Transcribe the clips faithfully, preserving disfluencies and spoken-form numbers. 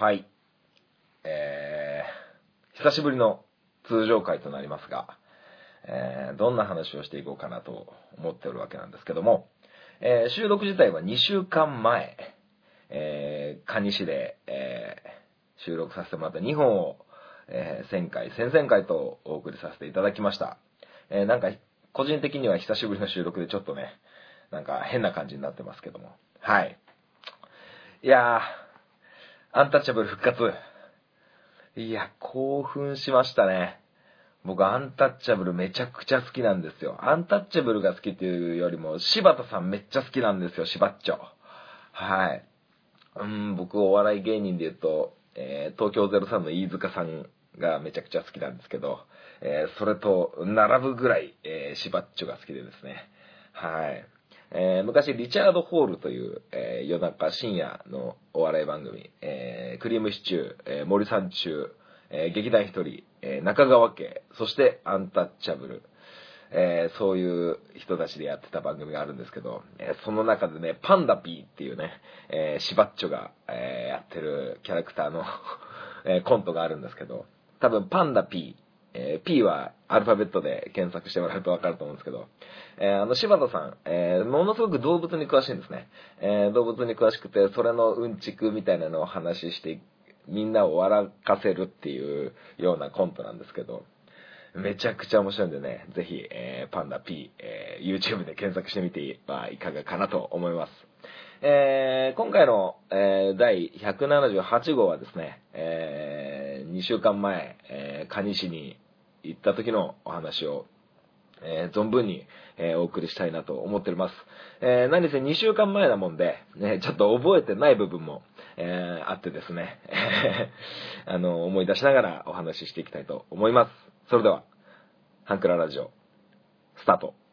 はい。えー、久しぶりの通常回となりますが、えー、どんな話をしていこうかなと思っておるわけなんですけども、えー、収録自体はにしゅうかんまえ、えー、蟹市で、えー、収録させてもらったにほんを、えー、せんかい、先々回とお送りさせていただきました。えー、なんか、個人的には久しぶりの収録でちょっとね、なんか変な感じになってますけども。はい。いやー、アンタッチャブル復活。いや、興奮しましたね。僕、アンタッチャブルめちゃくちゃ好きなんですよ。アンタッチャブルが好きっていうよりも、柴田さんめっちゃ好きなんですよ、柴っちょ。はい。うん、僕、お笑い芸人で言うと、えー、東京ゼロさんの飯塚さんがめちゃくちゃ好きなんですけど、えー、それと並ぶぐらい、えー、柴っちょが好きでですね。はい。えー、昔、リチャード・ホールという、えー、夜中深夜のお笑い番組、えー、クリームシチュー、えー、森三中、えー、劇団一人、えー、中川家、そしてアンタッチャブル、えー、そういう人たちでやってた番組があるんですけど、えー、その中でね、パンダ P っていうね、えー、シバッチョが、えー、やってるキャラクターの、えー、コントがあるんですけど、多分パンダ P、えー、P はアルファベットで検索してもらうとわかると思うんですけど、えー、あの柴田さん、えー、ものすごく動物に詳しいんですね。えー、動物に詳しくて、それのうんちくみたいなのを話して、みんなを笑かせるっていうようなコントなんですけど、めちゃくちゃ面白いんでね、ぜひ、えー、パンダ P、えー、YouTube で検索してみてはいかがかなと思います。えー、今回の、えー、だいひゃくななじゅうはちごうはですね、えー、にしゅうかんまえ、えー、蟹市に行った時のお話を、えー、存分に、えー、お送りしたいなと思っております。えー、何せにしゅうかんまえなもんで、ね、ちょっと覚えてない部分も、えー、あってですね、あの、思い出しながらお話ししていきたいと思います。それでは、ハンクララジオ、スタート。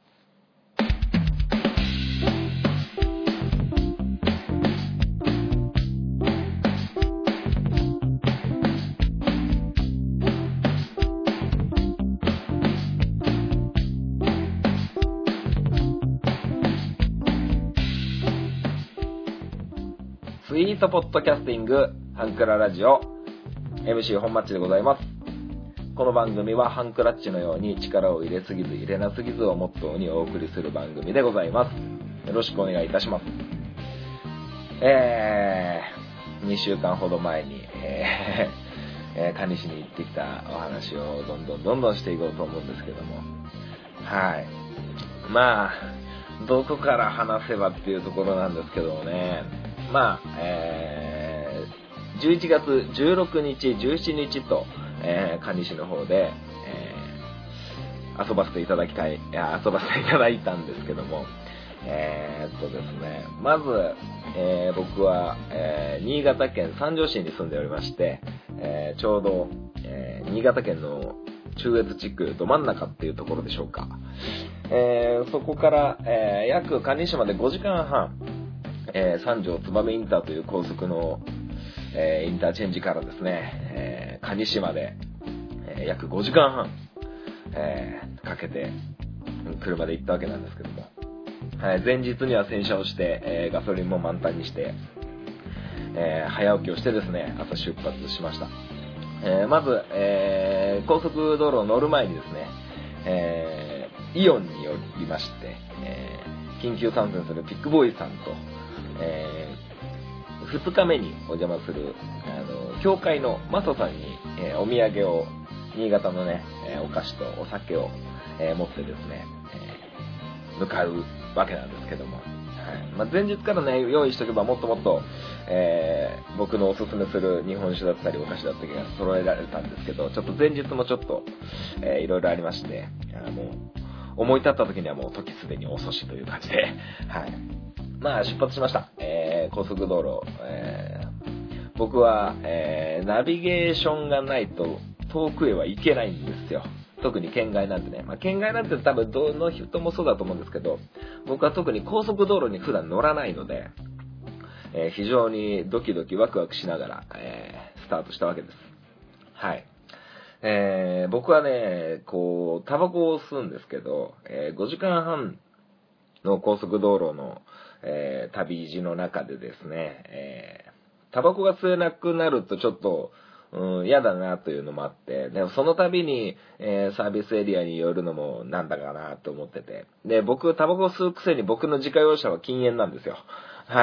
スイートポッドキャスティング、ハンクララジオ、エムシー 本マッチでございます。この番組はハンクラッチのように力を入れすぎず入れなすぎずをモットーにお送りする番組でございます。よろしくお願いいたします。えー、にしゅうかんほど前に、えー、えー、蟹市に行ってきたお話をどんどんどんどんしていこうと思うんですけども。はい。まあ、どこから話せばっていうところなんですけどもね。まあ、えー、じゅういちがつじゅうろくにち、じゅうしちにちと、えー、蟹市の方で、えー、遊ばせていただきたい、いや、遊ばせていただいたんですけども、えー、っとですね、まず、えー、僕は、えー、新潟県三条市に住んでおりまして、えー、ちょうど、えー、新潟県の中越地区ど真ん中っていうところでしょうか。えー、そこから、えー、約蟹市までごじかんはん、えー、三条燕インターという高速の、えー、インターチェンジからですね、えー、蟹市まで、えー、約ごじかんはん、えー、かけて車で行ったわけなんですけども、はい、前日には洗車をして、えー、ガソリンも満タンにして、えー、早起きをしてですね、朝出発しました。えー、まず、えー、高速道路を乗る前にですね、えー、イオンに寄りまして、えー、緊急参戦するピックボーイさんと、えー、ふつかめにお邪魔する、あの、教会のマソさんに、えー、お土産を、新潟のね、えー、お菓子とお酒を、えー、持ってですね、えー、向かうわけなんですけども、はい。まあ、前日からね、用意しとけばもっともっと、えー、僕のおすすめする日本酒だったりお菓子だったりが揃えられたんですけど、ちょっと前日もちょっと、えー、いろいろありまして、あもう、思い立った時にはもう時すでに遅しという感じで、はい。まあ、出発しました。えー、高速道路、えー、僕は、えー、ナビゲーションがないと遠くへは行けないんですよ。特に県外なんてね。まあ、県外なんて多分どの人もそうだと思うんですけど、僕は特に高速道路に普段乗らないので、えー、非常にドキドキワクワクしながら、えー、スタートしたわけです。はい。えー、僕はね、こう、タバコを吸うんですけど、えー、ごじかんはんの高速道路の、えー、旅路の中でですね、えタバコが吸えなくなるとちょっと、うん、嫌だなというのもあって、でもその度に、えー、サービスエリアに寄るのもなんだかなと思ってて。で、僕、タバコ吸うくせに僕の自家用車は禁煙なんですよ。はい。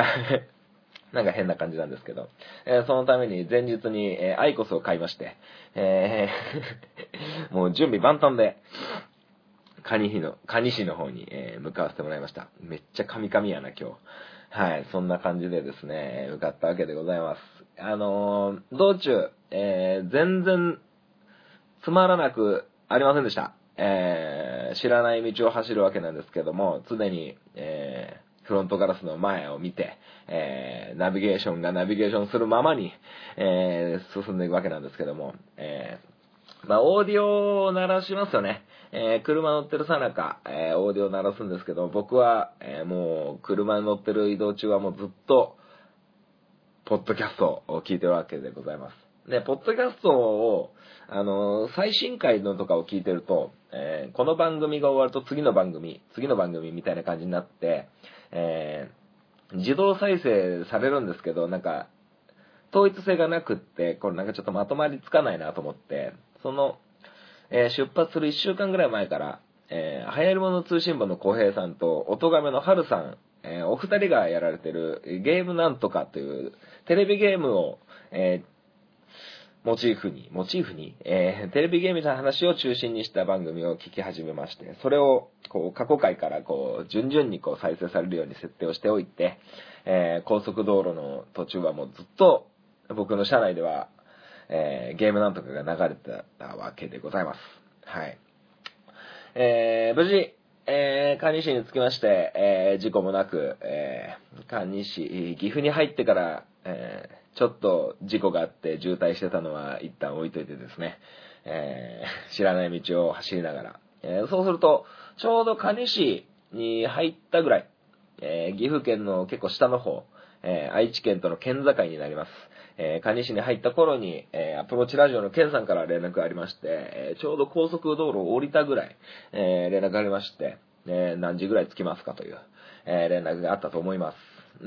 なんか変な感じなんですけど。えー、そのために前日に、えー、アイコスを買いまして、えー、もう準備万端で、カニ市の、カニ市の方に、えー、向かわせてもらいました。めっちゃカミカミやな、今日。はい、そんな感じでですね、向かったわけでございます。あのー、道中、えー、全然、つまらなくありませんでした。えー、知らない道を走るわけなんですけども、常に、えー、フロントガラスの前を見て、えー、ナビゲーションがナビゲーションするままに、えー、進んでいくわけなんですけども、えー、まあ、オーディオを鳴らしますよね。えー、車乗ってるさなか、えー、オーディオを鳴らすんですけど、僕は、えー、もう、車に乗ってる移動中はもうずっと、ポッドキャストを聞いてるわけでございます。で、ポッドキャストを、あの、最新回のとかを聞いてると、えー、この番組が終わると次の番組、次の番組みたいな感じになって、えー、自動再生されるんですけど、なんか、統一性がなくって、これなんかちょっとまとまりつかないなと思って、その、えー、出発するいっしゅうかんぐらい前から、えー、流行り物通信簿の小平さんと、音亀の春さん、えー、お二人がやられてるゲームなんとかというテレビゲームを、えー、モチーフに、モチーフに、えー、テレビゲームの話を中心にした番組を聞き始めまして、それを、こう、過去回からこう、順々にこう再生されるように設定をしておいて、えー、高速道路の途中はもうずっと、僕の車内では、えー、ゲームなんとかが流れてたわけでございます。はい。えー、無事、えー、蟹市に着きまして、えー、事故もなく、えー、蟹市、岐阜に入ってから、えー、ちょっと事故があって渋滞してたのは一旦置いといてですね、えー、知らない道を走りながら、えー、そうすると、ちょうど蟹市に入ったぐらい、えー、岐阜県の結構下の方、えー、愛知県との県境になります。えー、蟹市に入った頃に、えー、アプローチラジオのケンさんから連絡がありまして、えー、ちょうど高速道路を降りたぐらい、えー、連絡がありまして、えー、何時ぐらい着きますかという、えー、連絡があったと思います。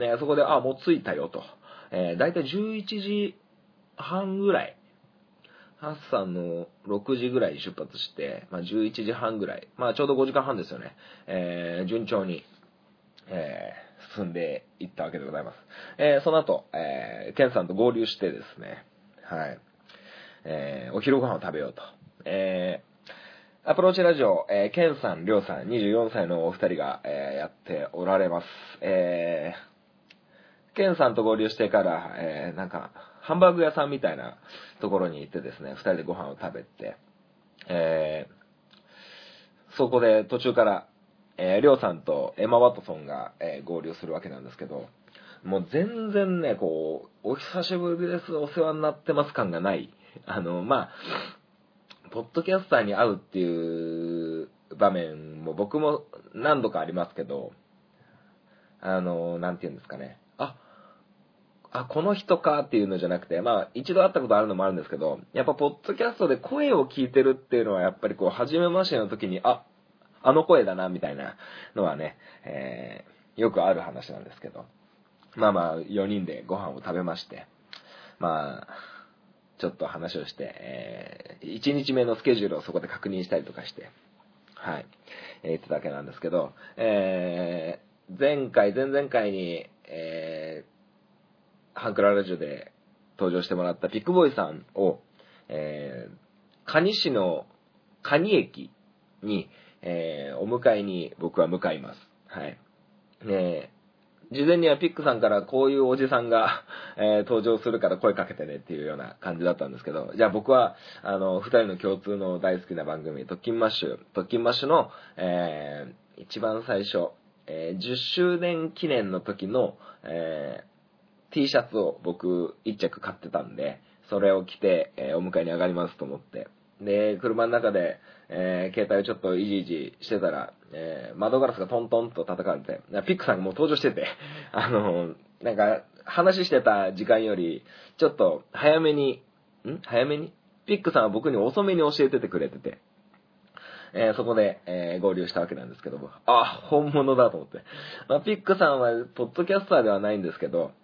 ね、そこで、あ、もう着いたよと。えー、だいたいじゅういちじはんぐらい、ハッサンのろくじぐらいに出発して、まあ、じゅういちじはんぐらい、まあ、ちょうどごじかんはんですよね。えー、順調に、えー、進んでいったわけでございます。えー、その後、えー、ケンさんと合流してですね、はい、えー、お昼ご飯を食べようと。えー、アプローチラジオ、えー、ケンさん、りょうさん、にじゅうよんさいのお二人が、えー、やっておられます。えー、ケンさんと合流してから、えー、なんか、ハンバーグ屋さんみたいなところに行ってですね、二人でご飯を食べて、えー、そこで途中から、えー、りょうさんとエマ・ワトソンが、えー、合流するわけなんですけど、もう全然ね、こう、お久しぶりです、お世話になってます感がない。あの、まあ、ポッドキャスターに会うっていう場面も僕も何度かありますけど、あの、なんて言うんですかね。あ、あ、この人かっていうのじゃなくて、まあ、一度会ったことあるのもあるんですけど、やっぱポッドキャストで声を聞いてるっていうのはやっぱりこう、初めましての時に、あ、あの声だな、みたいなのはね、えー、よくある話なんですけど。まあまあ、よにんでご飯を食べまして、まあ、ちょっと話をして、えー、いちにちめのスケジュールをそこで確認したりとかして、はい、えー、言ってたわけなんですけど、えー、前回、前々回に、えー、ハンクララジオで登場してもらったピックボーイさんを、えー、蟹市の蟹駅に、えー、お迎えに僕は向かいます。はい。ね、事前にはピックさんからこういうおじさんが、えー、登場するから声かけてねっていうような感じだったんですけど、じゃあ僕は、あの、二人の共通の大好きな番組、特勤マッシュ、特勤マッシュの、えー、一番最初、えー、じゅっしゅうねん記念の時の、えー、T シャツを僕一着買ってたんで、それを着て、えー、お迎えに上がりますと思って、で、車の中で、えー、携帯をちょっといじいじしてたら、えー、窓ガラスがトントンと叩かれて、ピックさんがもう登場してて、あの、なんか、話してた時間より、ちょっと早めに、ん早めにピックさんは僕に遅めに教えててくれてて、えー、そこで、えー、合流したわけなんですけども、あ、本物だと思って。まあ、ピックさんは、ポッドキャスターではないんですけど、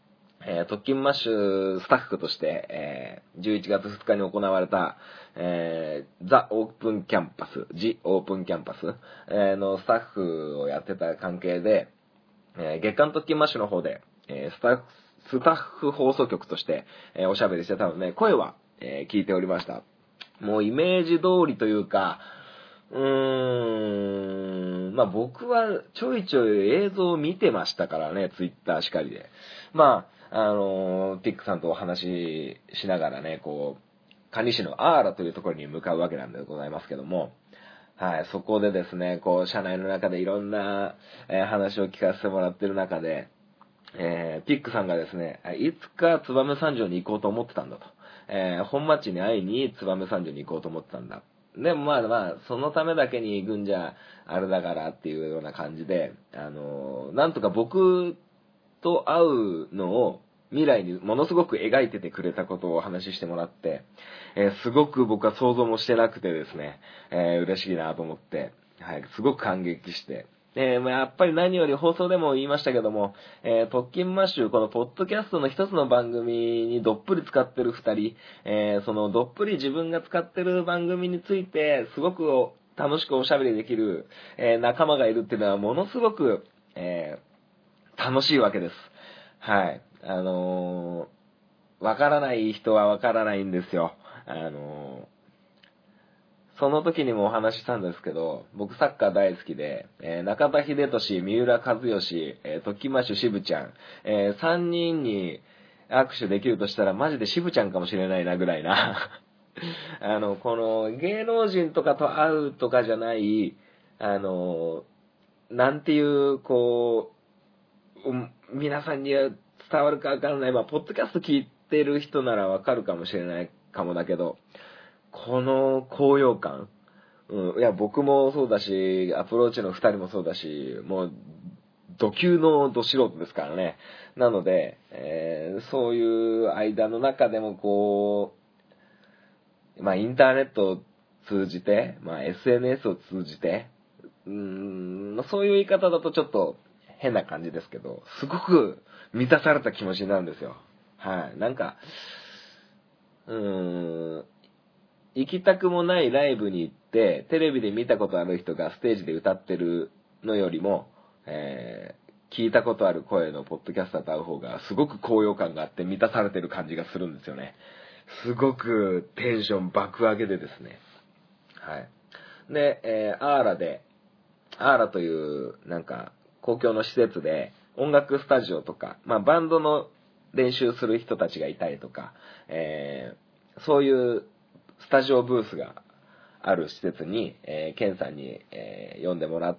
えー、特勤マッシュスタッフとして、えー、じゅういちがつふつかに行われた、えー、ザ・オープンキャンパス、ジ・オープンキャンパス、えー、のスタッフをやってた関係で、えー、月刊特勤マッシュの方で、えー、スタッフ、スタッフ放送局として、えー、おしゃべりしてたので、声は、えー、聞いておりました。もうイメージ通りというか、うーん、まあ僕はちょいちょい映像を見てましたからね、ツイッターしかりで。まあ、あのー、ピックさんとお話ししながらね、こう、管理士のアーラというところに向かうわけなんでございますけども、はい、そこでですね、こう、社内の中でいろんな、えー、話を聞かせてもらってる中で、えー、ピックさんがですね、いつか燕三条に行こうと思ってたんだと。えー、本町に会いに燕三条に行こうと思ってたんだ。でもまあまあ、そのためだけに行くんじゃ、あれだからっていうような感じで、あのー、なんとか僕と会うのを未来にものすごく描いててくれたことをお話ししてもらって、えー、すごく僕は想像もしてなくてですね、えー、嬉しいなと思って、はい、すごく感激して、えー、まあ、やっぱり何より放送でも言いましたけども、えー、特勤マッシュ、このポッドキャストの一つの番組にどっぷり使ってる二人、えー、そのどっぷり自分が使ってる番組について、すごく楽しくおしゃべりできる、えー、仲間がいるっていうのはものすごく、えー、楽しいわけです。はい。あのー、わからない人はわからないんですよ。あのー、その時にもお話ししたんですけど、僕サッカー大好きで、えー、中田秀俊、三浦和義、えー、特勤マッシュ渋ちゃん、えー、さんにんに握手できるとしたらマジで渋ちゃんかもしれないなぐらいな。あの、この芸能人とかと会うとかじゃない、あの、なんていう、こう、皆さんには伝わるかわからない、まあ、ポッドキャスト聞いてる人ならわかるかもしれないかもだけど、この高揚感、うん、いや、僕もそうだし、アプローチの二人もそうだし、もう、土級の土素人ですからね。なので、えー、そういう間の中でもこう、まあ、インターネットを通じて、まあ、エスエヌエス を通じて、うーん、そういう言い方だとちょっと変な感じですけど、すごく満たされた気持ちになるんですよ。はい。なんか、うーん、行きたくもないライブに行って、テレビで見たことある人がステージで歌ってるのよりも、えー、聞いたことある声のポッドキャスターと会う方がすごく高揚感があって満たされてる感じがするんですよね。すごくテンション爆上げでですね。はい。で、えー、アーラで、アーラという、なんか、公共の施設で音楽スタジオとか、まあバンドの練習する人たちがいたりとか、えー、そういうスタジオブースがある施設に、えー、ケンさんに、えー、読んでもらって、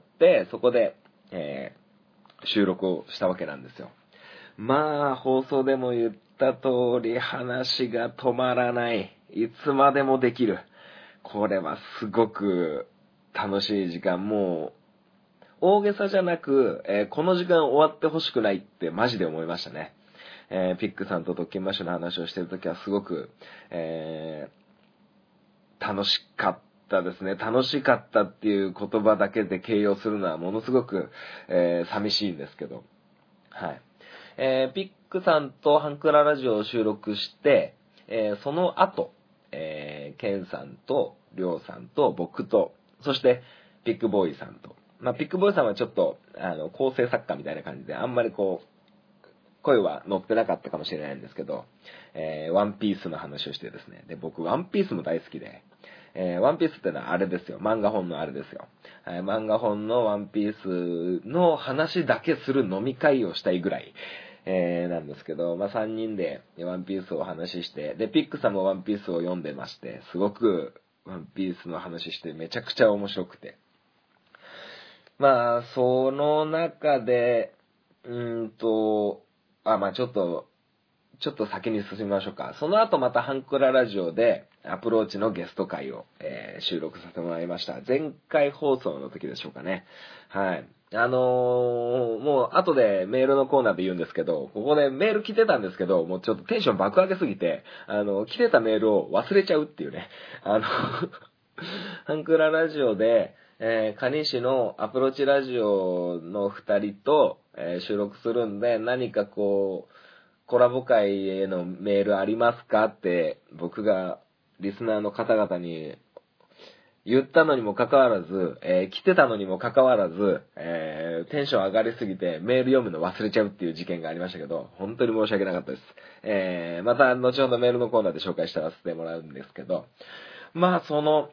そこで、えー、収録をしたわけなんですよ。まあ、放送でも言った通り、話が止まらない。いつまでもできる。これはすごく楽しい時間。もう、大げさじゃなく、えー、この時間終わってほしくないってマジで思いましたね。えー、ピックさんと特訓マッシュの話をしてるときはすごく、えー、楽しかったですね。楽しかったっていう言葉だけで形容するのはものすごく、えー、寂しいんですけど。はい。えー、ピックさんとハンクララジオを収録して、えー、その後、えー、ケンさんとリョウさんと僕と、そしてピックボーイさんと、まあ、ピックボーイさんはちょっと、あの、構成作家みたいな感じで、あんまりこう、声は乗ってなかったかもしれないんですけど、えー、ワンピースの話をしてですね。で、僕、ワンピースも大好きで、えー、ワンピースってのはあれですよ。漫画本のあれですよ。はい、漫画本のワンピースの話だけする飲み会をしたいぐらい、えー、なんですけど、まあ、さんにんでワンピースをお話しして、で、ピックさんもワンピースを読んでまして、すごくワンピースの話してめちゃくちゃ面白くて。まあ、その中で、うーんと、あ、まあちょっと、ちょっと先に進みましょうか。その後またハンクララジオでアプローチのゲスト会を、えー、収録させてもらいました。前回放送の時でしょうかね。はい。あのー、もう後でメールのコーナーで言うんですけど、ここでメール来てたんですけど、もうちょっとテンション爆上げすぎて、あの、来てたメールを忘れちゃうっていうね。あの、ハンクララジオで、えー、カニ市のアプローチラジオの二人と、えー、収録するんで、何かこう、 コラボ会へのメールありますかって僕がリスナーの方々に言ったのにもかかわらず、えー、来てたのにもかかわらず、えー、テンション上がりすぎてメール読むの忘れちゃうっていう事件がありましたけど、本当に申し訳なかったです。えー、また後ほどメールのコーナーで紹介させてもらうんですけど、まあその、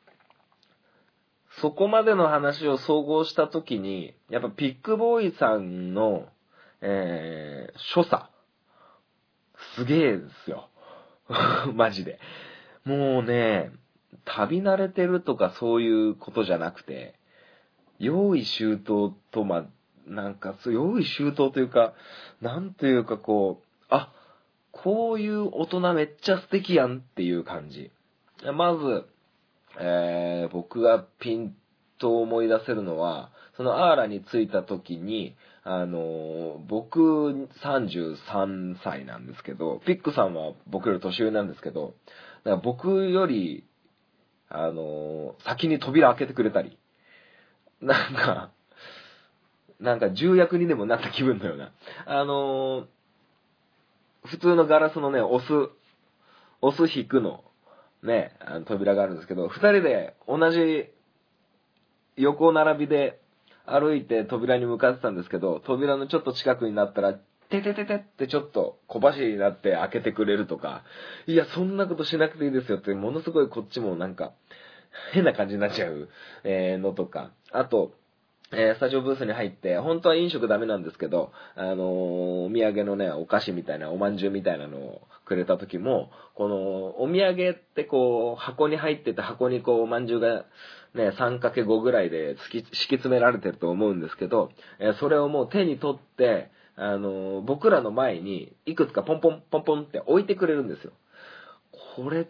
そこまでの話を総合したときに、やっぱピックボーイさんの、えー、所作、すげえですよ。マジで。もうね、旅慣れてるとかそういうことじゃなくて、用意周到と、ま、なんか、用意周到というか、なんというかこう、あ、こういう大人めっちゃ素敵やんっていう感じ。まず、えー、僕がピンと思い出せるのは、そのアーラに着いた時に、あのー、僕さんじゅうさんさいなんですけど、ピックさんは僕より年上なんですけど、だから僕より、あのー、先に扉開けてくれたり、なんか、なんか重役にでもなった気分のような。あのー、普通のガラスのね、押す、押す引くの、ね、あの扉があるんですけど、二人で同じ横並びで歩いて扉に向かってたんですけど、扉のちょっと近くになったら、ててててってちょっと小走りになって開けてくれるとか、いや、そんなことしなくていいですよって、ものすごいこっちもなんか、変な感じになっちゃう、えー、のとか、あと、えー、スタジオブースに入って、本当は飲食ダメなんですけど、あのー、お土産のね、お菓子みたいな、おまんじゅうみたいなのをくれた時も、この、お土産ってこう、箱に入ってて、箱にこう、おまんじゅうが、ね、さんかけごぐらいで敷き詰められてると思うんですけど、えー、それをもう手に取って、あのー、僕らの前に、いくつかポンポンポンポンって置いてくれるんですよ。これって、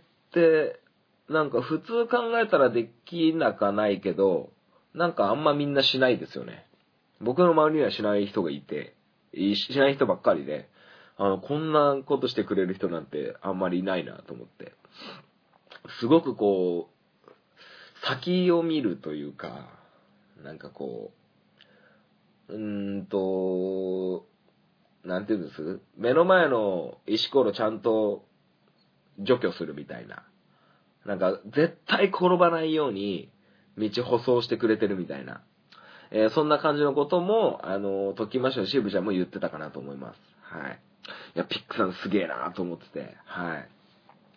なんか普通考えたらできなかないけど、なんかあんまみんなしないですよね。僕の周りにはしない人がいて、しない人ばっかりで、あの、こんなことしてくれる人なんてあんまりいないなと思って。すごくこう、先を見るというか、なんかこう、うーんと、なんていうんです?目の前の石ころちゃんと除去するみたいな。なんか、絶対転ばないように、道舗装してくれてるみたいな。えー、そんな感じのことも、あの、ときましょう渋ちゃんも言ってたかなと思います。はい。いや、ピックさんすげえなと思ってて、はい。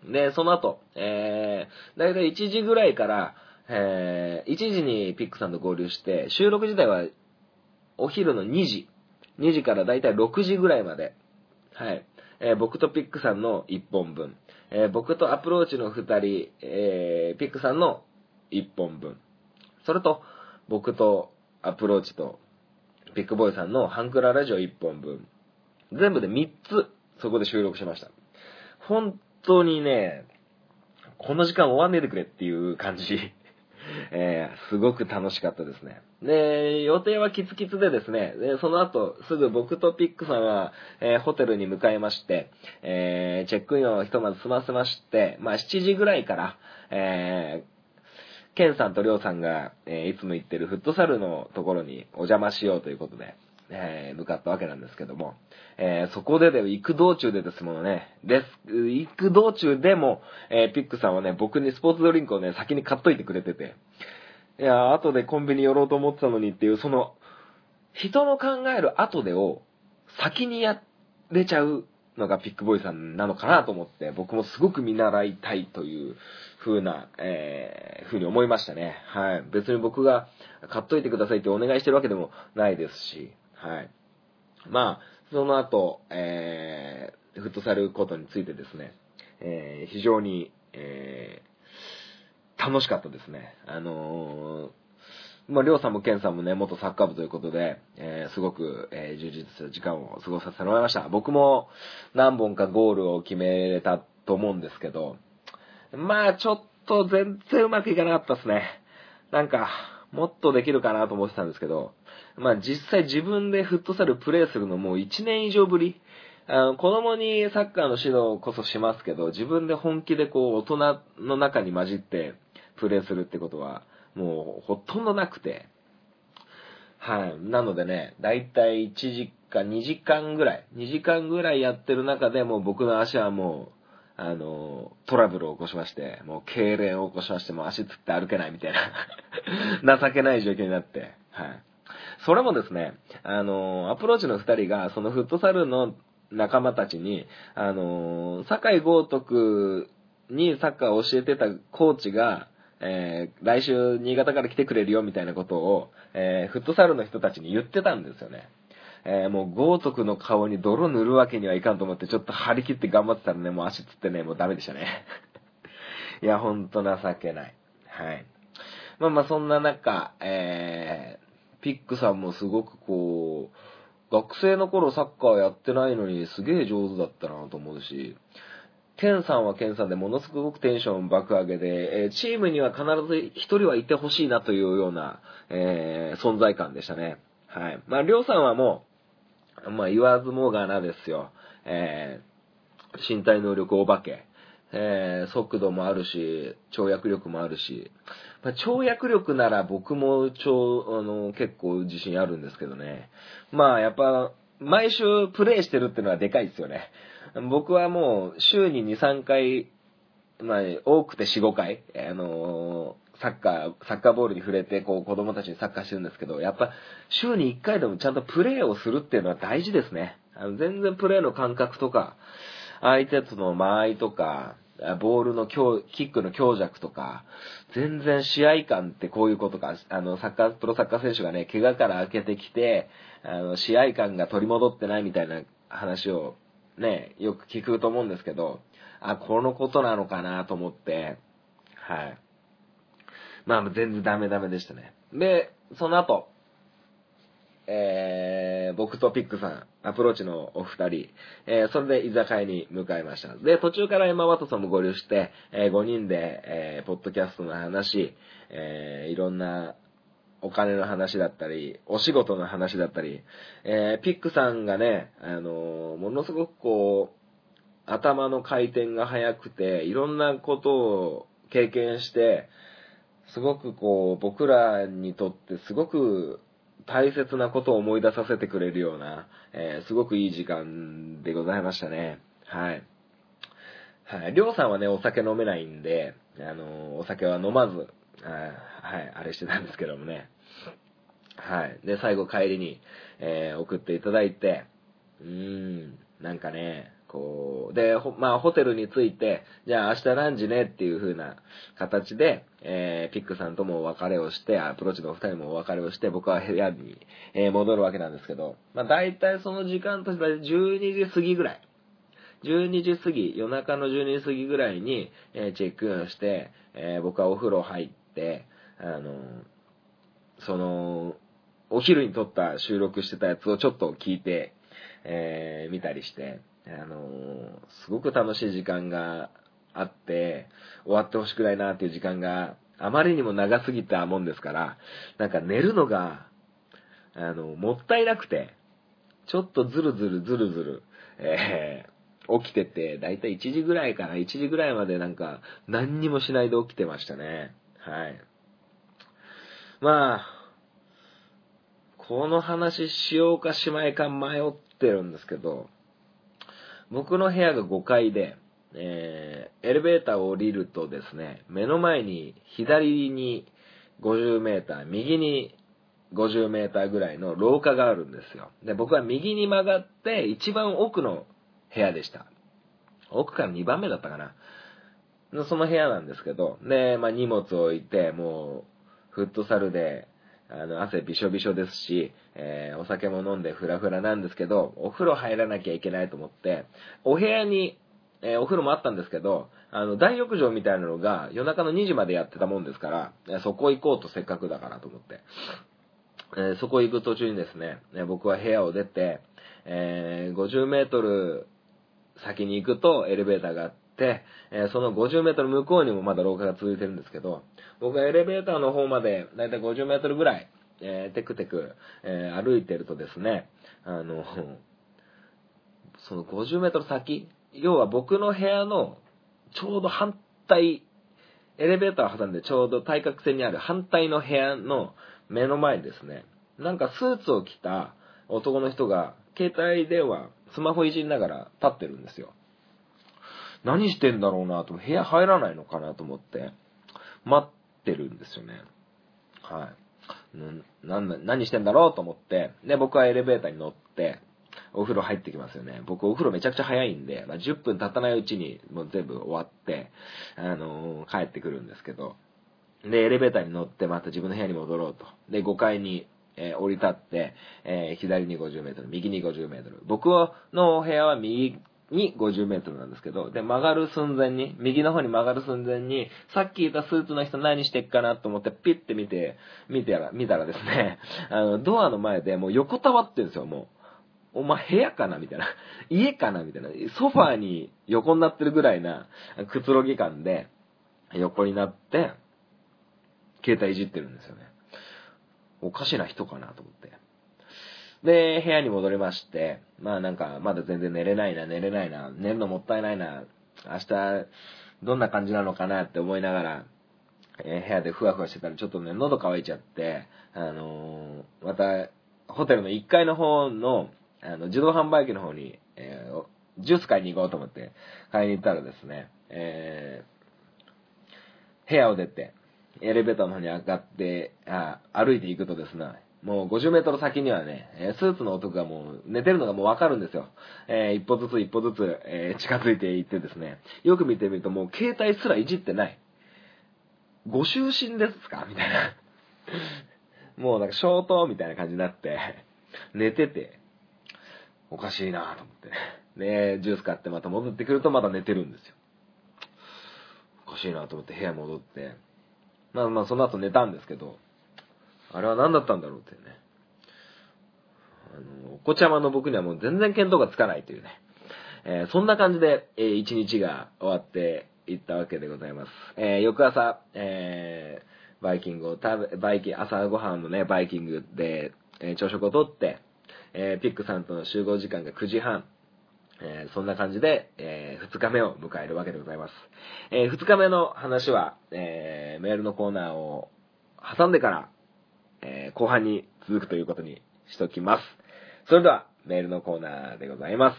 で、その後、えー、だいたいいちじぐらいから、えー、いちじにピックさんと合流して、収録自体はお昼のにじ。にじからだいたいろくじぐらいまで、はい。えー、僕とピックさんのいっぽんぶん。えー、僕とアプローチのふたり、えー、ピックさんのいっぽんぶん。それと、僕とアプローチとピックボーイさんのハンクララジオいっぽんぶん。全部でみっつ、そこで収録しました。本当にね、この時間終わんねえでくれっていう感じ。えー、すごく楽しかったですね。で、予定はキツキツでですね、でその後、すぐ僕とピックさんは、えー、ホテルに向かいまして、えー、チェックインをひとまず済ませまして、まあしちじぐらいから、えー、ケンさんとリョウさんが、えー、いつも行ってるフットサルのところにお邪魔しようということで、えー、向かったわけなんですけども、えー、そこでで、行く道中でですものね、です、行く道中でも、えー、ピックさんはね、僕にスポーツドリンクをね、先に買っといてくれてて、いや、後でコンビニ寄ろうと思ってたのにっていう、その、人の考える後でを先にやれちゃうのがピックボーイさんなのかなと思って、僕もすごく見習いたいという風な、えー、風に思いましたね。はい。別に僕が買っといてくださいってお願いしてるわけでもないですし、はい。まあ、その後、えー、フットサルことについてですね、えー、非常に、えー、楽しかったですね。あのー、まあ、りょうさんもケンさんもね、元サッカー部ということで、えー、すごく、えー、充実した時間を過ごさせてもらいました。僕も何本かゴールを決めれたと思うんですけど、まあ、ちょっと全然うまくいかなかったですね。なんか、もっとできるかなと思ってたんですけど、まあ実際自分でフットサルプレイするのもういちねん以上ぶり。あの子供にサッカーの指導こそしますけど、自分で本気でこう大人の中に混じってプレイするってことはもうほとんどなくて。はい。なのでね、だいたいいちじかにじかんぐらい、にじかんぐらいやってる中でもう僕の足はもう、あの、トラブルを起こしまして、もう痙攣を起こしまして、もう足つって歩けないみたいな、情けない状況になって、はい。それもですね、あの、アプローチの二人が、そのフットサルの仲間たちに、あの、酒井豪徳にサッカーを教えてたコーチが、えー、来週新潟から来てくれるよみたいなことを、えー、フットサルの人たちに言ってたんですよね。えー、もう豪徳の顔に泥塗るわけにはいかんと思ってちょっと張り切って頑張ってたらね、もう足つってね、もうダメでしたね。いや、ほんと情けない。はい。まあまあそんな中、えー、ピックさんもすごくこう、学生の頃サッカーやってないのにすげえ上手だったなと思うし、ケンさんはケンさんでものすごくテンション爆上げで、えー、チームには必ず一人はいてほしいなというような、えー、存在感でしたね。はい。まあ、りょうさんはもう、まあ、言わずもがなですよ。えー、身体能力お化け。えー、速度もあるし、跳躍力もあるし、まあ、跳躍力なら僕も超、あの、結構自信あるんですけどね。まあ、やっぱ、毎週プレイしてるっていうのはでかいですよね。僕はもう週にに、さんかい、まあ、多くてよん、ごかい、あのー、サッカー、サッカーボールに触れて、こう、子供たちにサッカーしてるんですけど、やっぱ、週にいっかいでもちゃんとプレーをするっていうのは大事ですね。あの、全然プレーの感覚とか、相手との間合いとか、ボールの強、キックの強弱とか、全然試合感ってこういうことか、あの、サッカー、プロサッカー選手がね、怪我から明けてきて、あの、試合感が取り戻ってないみたいな話を、ね、よく聞くと思うんですけど、あ、このことなのかなと思って、はい。まあ、全然ダメダメでしたね。で、その後、えー、僕とピックさん、アプローチのお二人、えー、それで居酒屋に向かいました。で、途中からエマ・ワトソンも合流して、えー、ごにんで、えー、ポッドキャストの話、えー、いろんなお金の話だったり、お仕事の話だったり、えー、ピックさんがね、あのー、ものすごくこう、頭の回転が速くて、いろんなことを経験して、すごくこう、僕らにとってすごく大切なことを思い出させてくれるような、えー、すごくいい時間でございましたね。はい。はい。りょうさんはね、お酒飲めないんで、あのー、お酒は飲まず、あはい、あれしてたんですけどもね。はい。で、最後帰りに、えー、送っていただいて、うーん、なんかね、こう、で、まあ、ホテルに着いて、じゃあ明日何時ねっていう風な形で、えー、ピックさんともお別れをして、アプローチのお二人もお別れをして、僕は部屋に、えー、戻るわけなんですけど、まあ、大体その時間としてじゅうにじ過ぎぐらい、じゅうにじ過ぎ、夜中のじゅうにじ過ぎぐらいに、えー、チェックインをして、えー、僕はお風呂入って、あの、その、お昼に撮った収録してたやつをちょっと聞いて、えー、見たりして、あのー、すごく楽しい時間があって、終わってほしくないなっていう時間があまりにも長すぎたもんですから、なんか寝るのが、あの、もったいなくて、ちょっとずるずるずるずる、えー、起きてて、だいたいいちじぐらいかな、いちじぐらいまでなんか何にもしないで起きてましたね。はい。まあ、この話しようかしまいか迷ってるんですけど、僕の部屋がごかいで、えー、エレベーターを降りるとですね、目の前に左にごじゅうメーター、右にごじゅうメーターぐらいの廊下があるんですよ。で、僕は右に曲がって一番奥の部屋でした。奥からにばんめだったかな。その部屋なんですけど、で、まあ荷物を置いて、もう、フットサルで、あの、汗びしょびしょですし、えー、お酒も飲んでフラフラなんですけど、お風呂入らなきゃいけないと思って、お部屋に、えー、お風呂もあったんですけど、あの、大浴場みたいなのが夜中のにじまでやってたもんですから、えー、そこ行こうとせっかくだからと思って、えー、そこ行く途中にですね、えー、僕は部屋を出て、えー、ごじゅうメートル先に行くとエレベーターがあって、えー、そのごじゅうメートル向こうにもまだ廊下が続いてるんですけど、僕はエレベーターの方までだいたいごじゅうメートルぐらい、えー、テクテク、えー、歩いてるとですね、あの、そのごじゅうメートル先、要は僕の部屋のちょうど反対、エレベーターを挟んでちょうど対角線にある反対の部屋の目の前にですね、なんかスーツを着た男の人が携帯電話、スマホいじりながら立ってるんですよ。何してんだろうなと、部屋入らないのかなと思って、待ってるんですよね。はい。な、な、何してんだろうと思って、で、僕はエレベーターに乗って、お風呂入ってきますよね。僕お風呂めちゃくちゃ早いんで、まあ、じゅっぷん経たないうちにもう全部終わって、あのー、帰ってくるんですけど、で、エレベーターに乗ってまた自分の部屋に戻ろうと。で、ごかいに、えー、降り立って、えー、左にごじゅうメートル、右にごじゅうメートル。僕のお部屋は右にごじゅうメートルなんですけど、で、曲がる寸前に、右の方に曲がる寸前に、さっきいたスーツの人何してっかなと思ってピッて見て、見てら、見たらですね、あの、ドアの前でもう横たわってるんですよ、もう。お前部屋かなみたいな。家かなみたいな。ソファーに横になってるぐらいなくつろぎ感で、横になって、携帯いじってるんですよね。おかしな人かなと思って。で、部屋に戻りまして、まあなんか、まだ全然寝れないな、寝れないな、寝るのもったいないな、明日、どんな感じなのかなって思いながら、えー、部屋でふわふわしてたらちょっとね、喉乾いちゃって、あのー、また、ホテルのいっかいの方の、あの、自動販売機の方に、えー、ジュース買いに行こうと思って、買いに行ったらですね、えー、部屋を出て、エレベーターの方に上がって、あ歩いていくとですね、もうごじゅうメートル先にはね、スーツの男がもう寝てるのがもうわかるんですよ。えー、一歩ずつ一歩ずつ、えー、近づいていってですね、よく見てみるともう携帯すらいじってない。ご就寝ですかみたいな。もうなんか消灯みたいな感じになって、寝てて、おかしいなと思って。で、ジュース買ってまた戻ってくるとまた寝てるんですよ。おかしいなと思って部屋戻って、まあまあその後寝たんですけど、あれは何だったんだろうっていうね。あの、お子ちゃまの僕にはもう全然見当がつかないというね。えー、そんな感じで、えー、一日が終わっていったわけでございます。えー、翌朝、えー、バイキングを食べ、バイキン、朝ごはんのね、バイキングで、えー、朝食をとって、えー、ピックさんとの集合時間がくじはん。えー、そんな感じで、えー、ふつかめを迎えるわけでございます。えー、ふつかめの話は、えー、メールのコーナーを挟んでから、えー、後半に続くということにしときます。それでは、メールのコーナーでございます。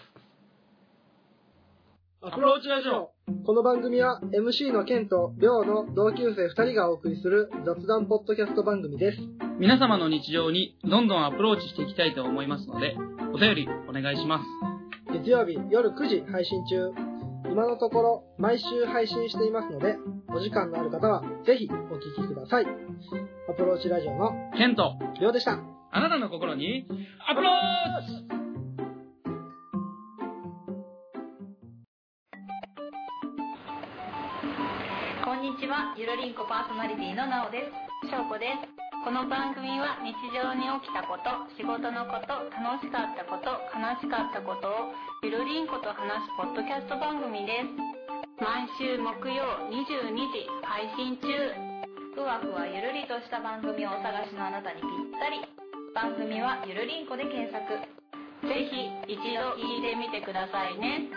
アプローチラジオ。この番組は エムシー のケンとリョウの同級生ふたりがお送りする雑談ポッドキャスト番組です。 皆様の日常にどんどんアプローチしていきたいと思いますので、お便りお願いします。 月曜日夜くじ配信中。今のところ毎週配信していますので、お時間のある方はぜひお聞きください。アプローチラジオのケンとリョウでした。 あなたの心にアプローチ。 こんにちは、ゆるりんこパーソナリティのなおです。しょうこです。この番組は日常に起きたこと、仕事のこと、楽しかったこと、悲しかったことをゆるりんこと話すポッドキャスト番組です。毎週木曜にじゅうにじ配信中。ふわふわゆるりとした番組をお探しのあなたにぴったり。番組はゆるりんこで検索。ぜひ一度聞いてみてくださいね。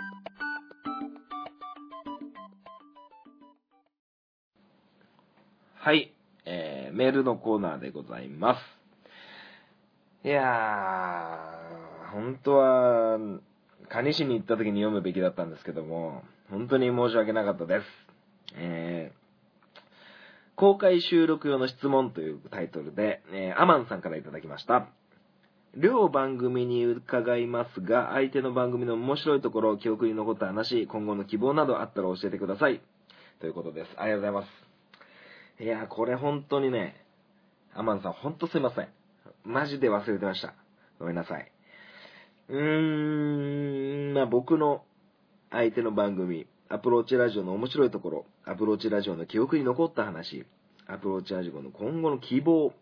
はい、えー、メールのコーナーでございます。いやー、本当は、蟹市に行った時に読むべきだったんですけども、本当に申し訳なかったです。えー、公開収録用の質問というタイトルで、えー、アマンさんからいただきました。両番組に伺いますが、相手の番組の面白いところ、記憶に残った話、今後の希望などあったら教えてください。ということです。ありがとうございます。いや、これ本当にね、アマンさん本当すいません。マジで忘れてました。ごめんなさい。うーん、まあ僕の相手の番組、アプローチラジオの面白いところ、アプローチラジオの記憶に残った話、アプローチラジオの今後の希望、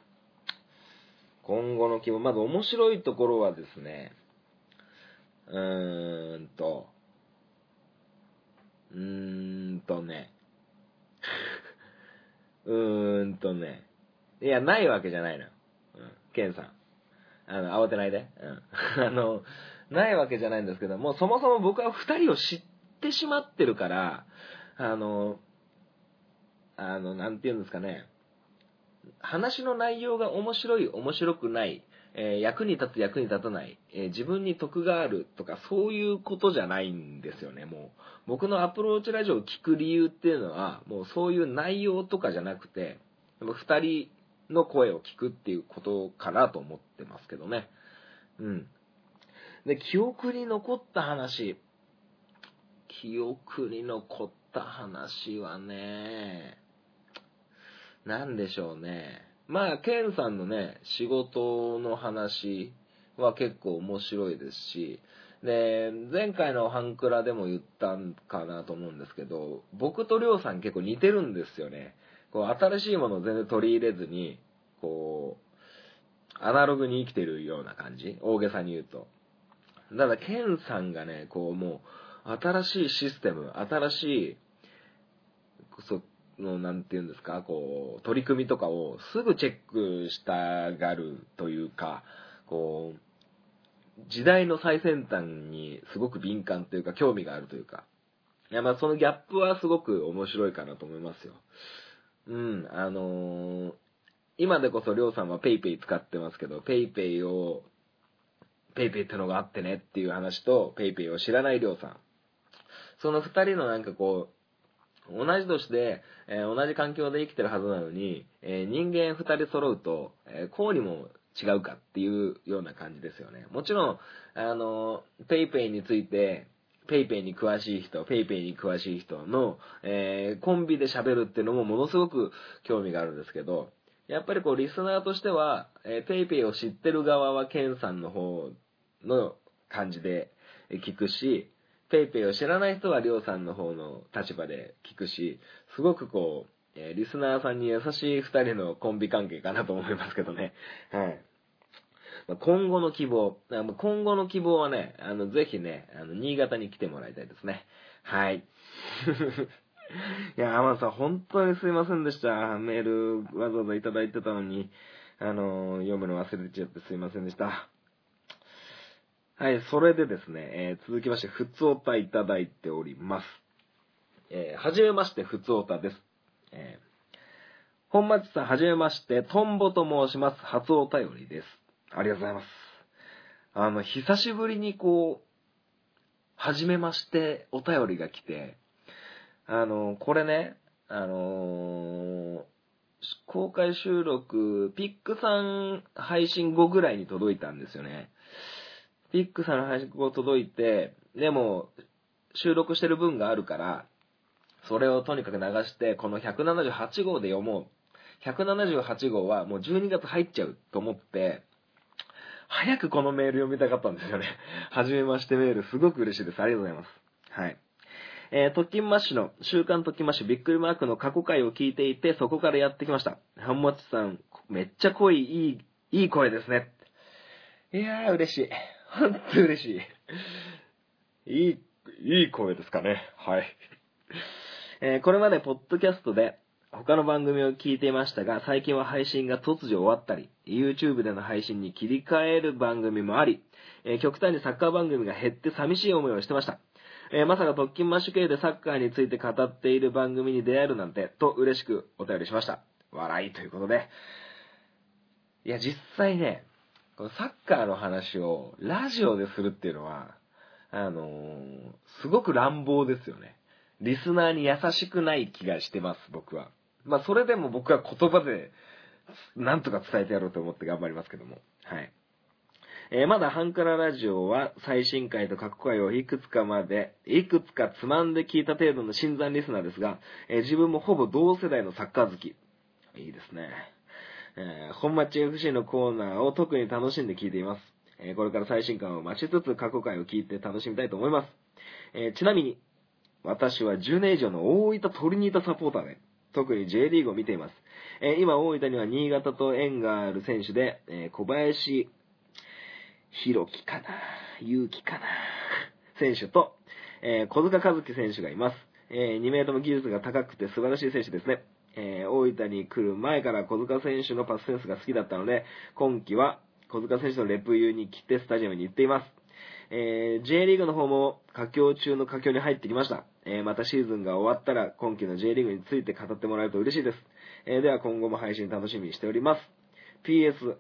今後の希望、まず面白いところはですね、うーんと、うーんとね、うーんとね。いや、ないわけじゃないのよ。うん。ケンさん。あの、慌てないで。うん。あの、ないわけじゃないんですけども、そもそも僕は二人を知ってしまってるから、あの、あの、なんていうんですかね。話の内容が面白い、面白くない、 えー、役に立つ役に立たない、えー、自分に得があるとかそういうことじゃないんですよね。もう僕のアプローチラジオを聞く理由っていうのはもうそういう内容とかじゃなくて二人の声を聞くっていうことかなと思ってますけどね。うん。で、記憶に残った話。記憶に残った話はね、なんでしょうね。まあ、ケンさんのね、仕事の話は結構面白いですし、で、前回のハンクラでも言ったんかなと思うんですけど、僕とりょうさん結構似てるんですよね。こう、新しいものを全然取り入れずに、こう、アナログに生きてるような感じ。大げさに言うと。ただ、ケンさんがね、こう、もう、新しいシステム、新しい、その、なんていうんですか、こう、取り組みとかをすぐチェックしたがるというか、こう、時代の最先端にすごく敏感というか、興味があるというか、いや、まあ、そのギャップはすごく面白いかなと思いますよ。うん、あのー、今でこそりょうさんはペイペイ使ってますけど、ペイペイを、ペイペイってのがあってねっていう話と、ペイペイを知らないりょうさん。その二人のなんかこう、同じ年で、えー、同じ環境で生きてるはずなのに、えー、人間二人揃うと、えー、こうにも違うかっていうような感じですよね。もちろん、あの、ペイペイについて、ペイペイに詳しい人、ペイペイに詳しい人の、えー、コンビで喋るっていうのもものすごく興味があるんですけど、やっぱりこう、リスナーとしては、えー、ペイペイを知ってる側はケンさんの方の感じで聞くし、ペイペイを知らない人はりょうさんの方の立場で聞くし、すごくこう、えー、リスナーさんに優しい二人のコンビ関係かなと思いますけどね。はい。今後の希望。今後の希望はね、あの、ぜひね、あの、新潟に来てもらいたいですね。はい。いや、天野さん、本当にすいませんでした。メールわざわざいただいてたのに、あの、読むの忘れちゃってすいませんでした。はい、それでですね、えー、続きまして、ふつおたいただいております。えー、はじめまして、ふつおたです。えー、本町さん、はじめまして、トンボと申します。初お便りです。ありがとうございます。あの、久しぶりにこう、はじめまして、お便りが来て、あの、これね、あのー、公開収録、ピックさん配信後ぐらいに届いたんですよね。ピックさんの配信後届いて、でも、収録してる分があるから、それをとにかく流して、このひゃくななじゅうはちごうで読もう。ひゃくななじゅうはちごうはもうじゅうにがつ入っちゃうと思って、早くこのメール読みたかったんですよね。はじめましてメール、すごく嬉しいです。ありがとうございます。はい。えー、特勤マッシュの、週刊特勤マッシュびっくりマークの過去回を聞いていて、そこからやってきました。ハンモチさん、めっちゃ濃い、いい、いい声ですね。いやー、嬉しい。ほんと嬉しい。いい、いい声ですかね。はい。えー、これまでポッドキャストで他の番組を聞いていましたが、最近は配信が突如終わったり、YouTube での配信に切り替える番組もあり、えー、極端にサッカー番組が減って寂しい思いをしてました。えー、まさか特勤マッシュ系でサッカーについて語っている番組に出会えるなんて、と嬉しくお便りしました。笑いということで。いや、実際ね、このサッカーの話をラジオでするっていうのは、あのー、すごく乱暴ですよね。リスナーに優しくない気がしてます、僕は。まあ、それでも僕は言葉で、なんとか伝えてやろうと思って頑張りますけども。はい。えー、まだハンクララジオは最新回と過去回をいくつかまで、いくつかつまんで聞いた程度の新参リスナーですが、えー、自分もほぼ同世代のサッカー好き。いいですね。えー、本町 エフシー のコーナーを特に楽しんで聞いています。えー、これから最新回を待ちつつ過去回を聞いて楽しみたいと思います。えー、ちなみに、私はじゅうねん以上の大分トリニータサポーターで、特に J リーグを見ています。えー、今大分には新潟と縁がある選手で、えー、小林弘樹かな勇気かな選手と、えー、小塚和樹選手がいます。えー、に名とも技術が高くて素晴らしい選手ですね。えー、大分に来る前から小塚選手のパスセンスが好きだったので、今季は小塚選手のレプユーに来てスタジアムに行っています。えー、J リーグの方も佳境中の佳境に入ってきました。えー、またシーズンが終わったら今季の J リーグについて語ってもらえると嬉しいです。えー、では今後も配信楽しみにしております。ピーエス、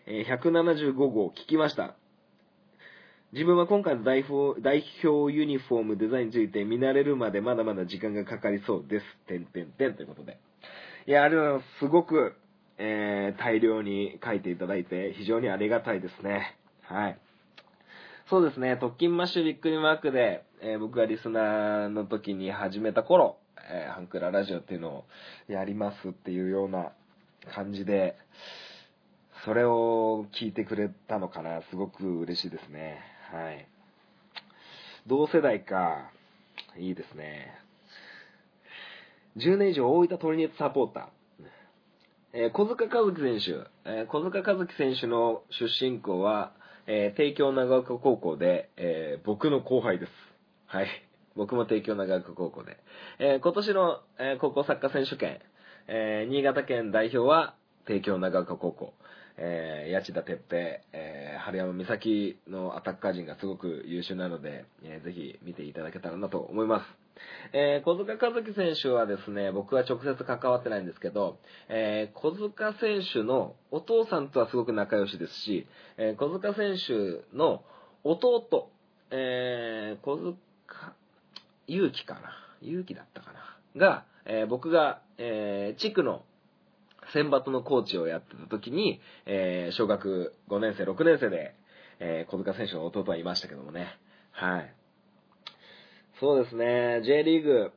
ひゃくななじゅうごごう聞きました。自分は今回の代表、代表ユニフォームデザインについて見慣れるまでまだまだ時間がかかりそうです。てんてんてんということで。いや、ありがとうございます。すごく、えー、大量に書いていただいて非常にありがたいですね。はい。そうですね、特勤マッシュびっくりマークで、えー、僕がリスナーの時に始めた頃、えー、ハンクララジオっていうのをやりますっていうような感じで、それを聞いてくれたのかな。すごく嬉しいですね。はい。同世代か。いいですね。じゅうねん以上大分トリニエットサポーター。えー、小塚和樹選手。えー、小塚和樹選手の出身校は、えー、帝京長岡高校で、えー、僕の後輩です。はい。僕も帝京長岡高校で。えー、今年の、えー、高校サッカー選手権、えー、新潟県代表は帝京長岡高校。えー、八千田哲平、えー、春山美咲のアタッカー陣がすごく優秀なので、えー、ぜひ見ていただけたらなと思います。えー、小塚和樹選手はですね、僕は直接関わってないんですけど、えー、小塚選手のお父さんとはすごく仲良しですし、えー、小塚選手の弟、えー、小塚、勇気かな勇気だったかなが、えー、僕が、えー、地区の選抜のコーチをやってた時に、えー、小学ごねん生、ろくねん生で、えー、小塚選手の弟はいましたけどもね。はい。そうですね、J リーグ、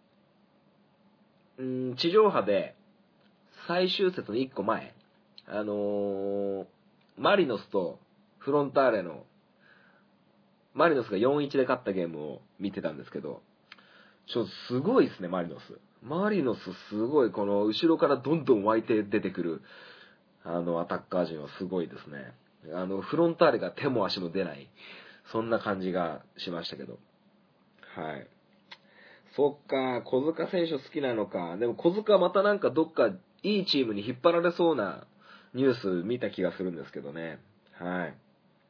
んー地上波で最終節のいっこまえ、あのー、マリノスとフロンターレの、マリノスが よんたいいち で勝ったゲームを見てたんですけど、ちょっとすごいですね、マリノス。マリノスすごい、この後ろからどんどん湧いて出てくる、あの、アタッカー陣はすごいですね。あの、フロンターレが手も足も出ない、そんな感じがしましたけど。はい。そっか、小塚選手好きなのか。でも小塚またなんかどっかいいチームに引っ張られそうなニュース見た気がするんですけどね。はい。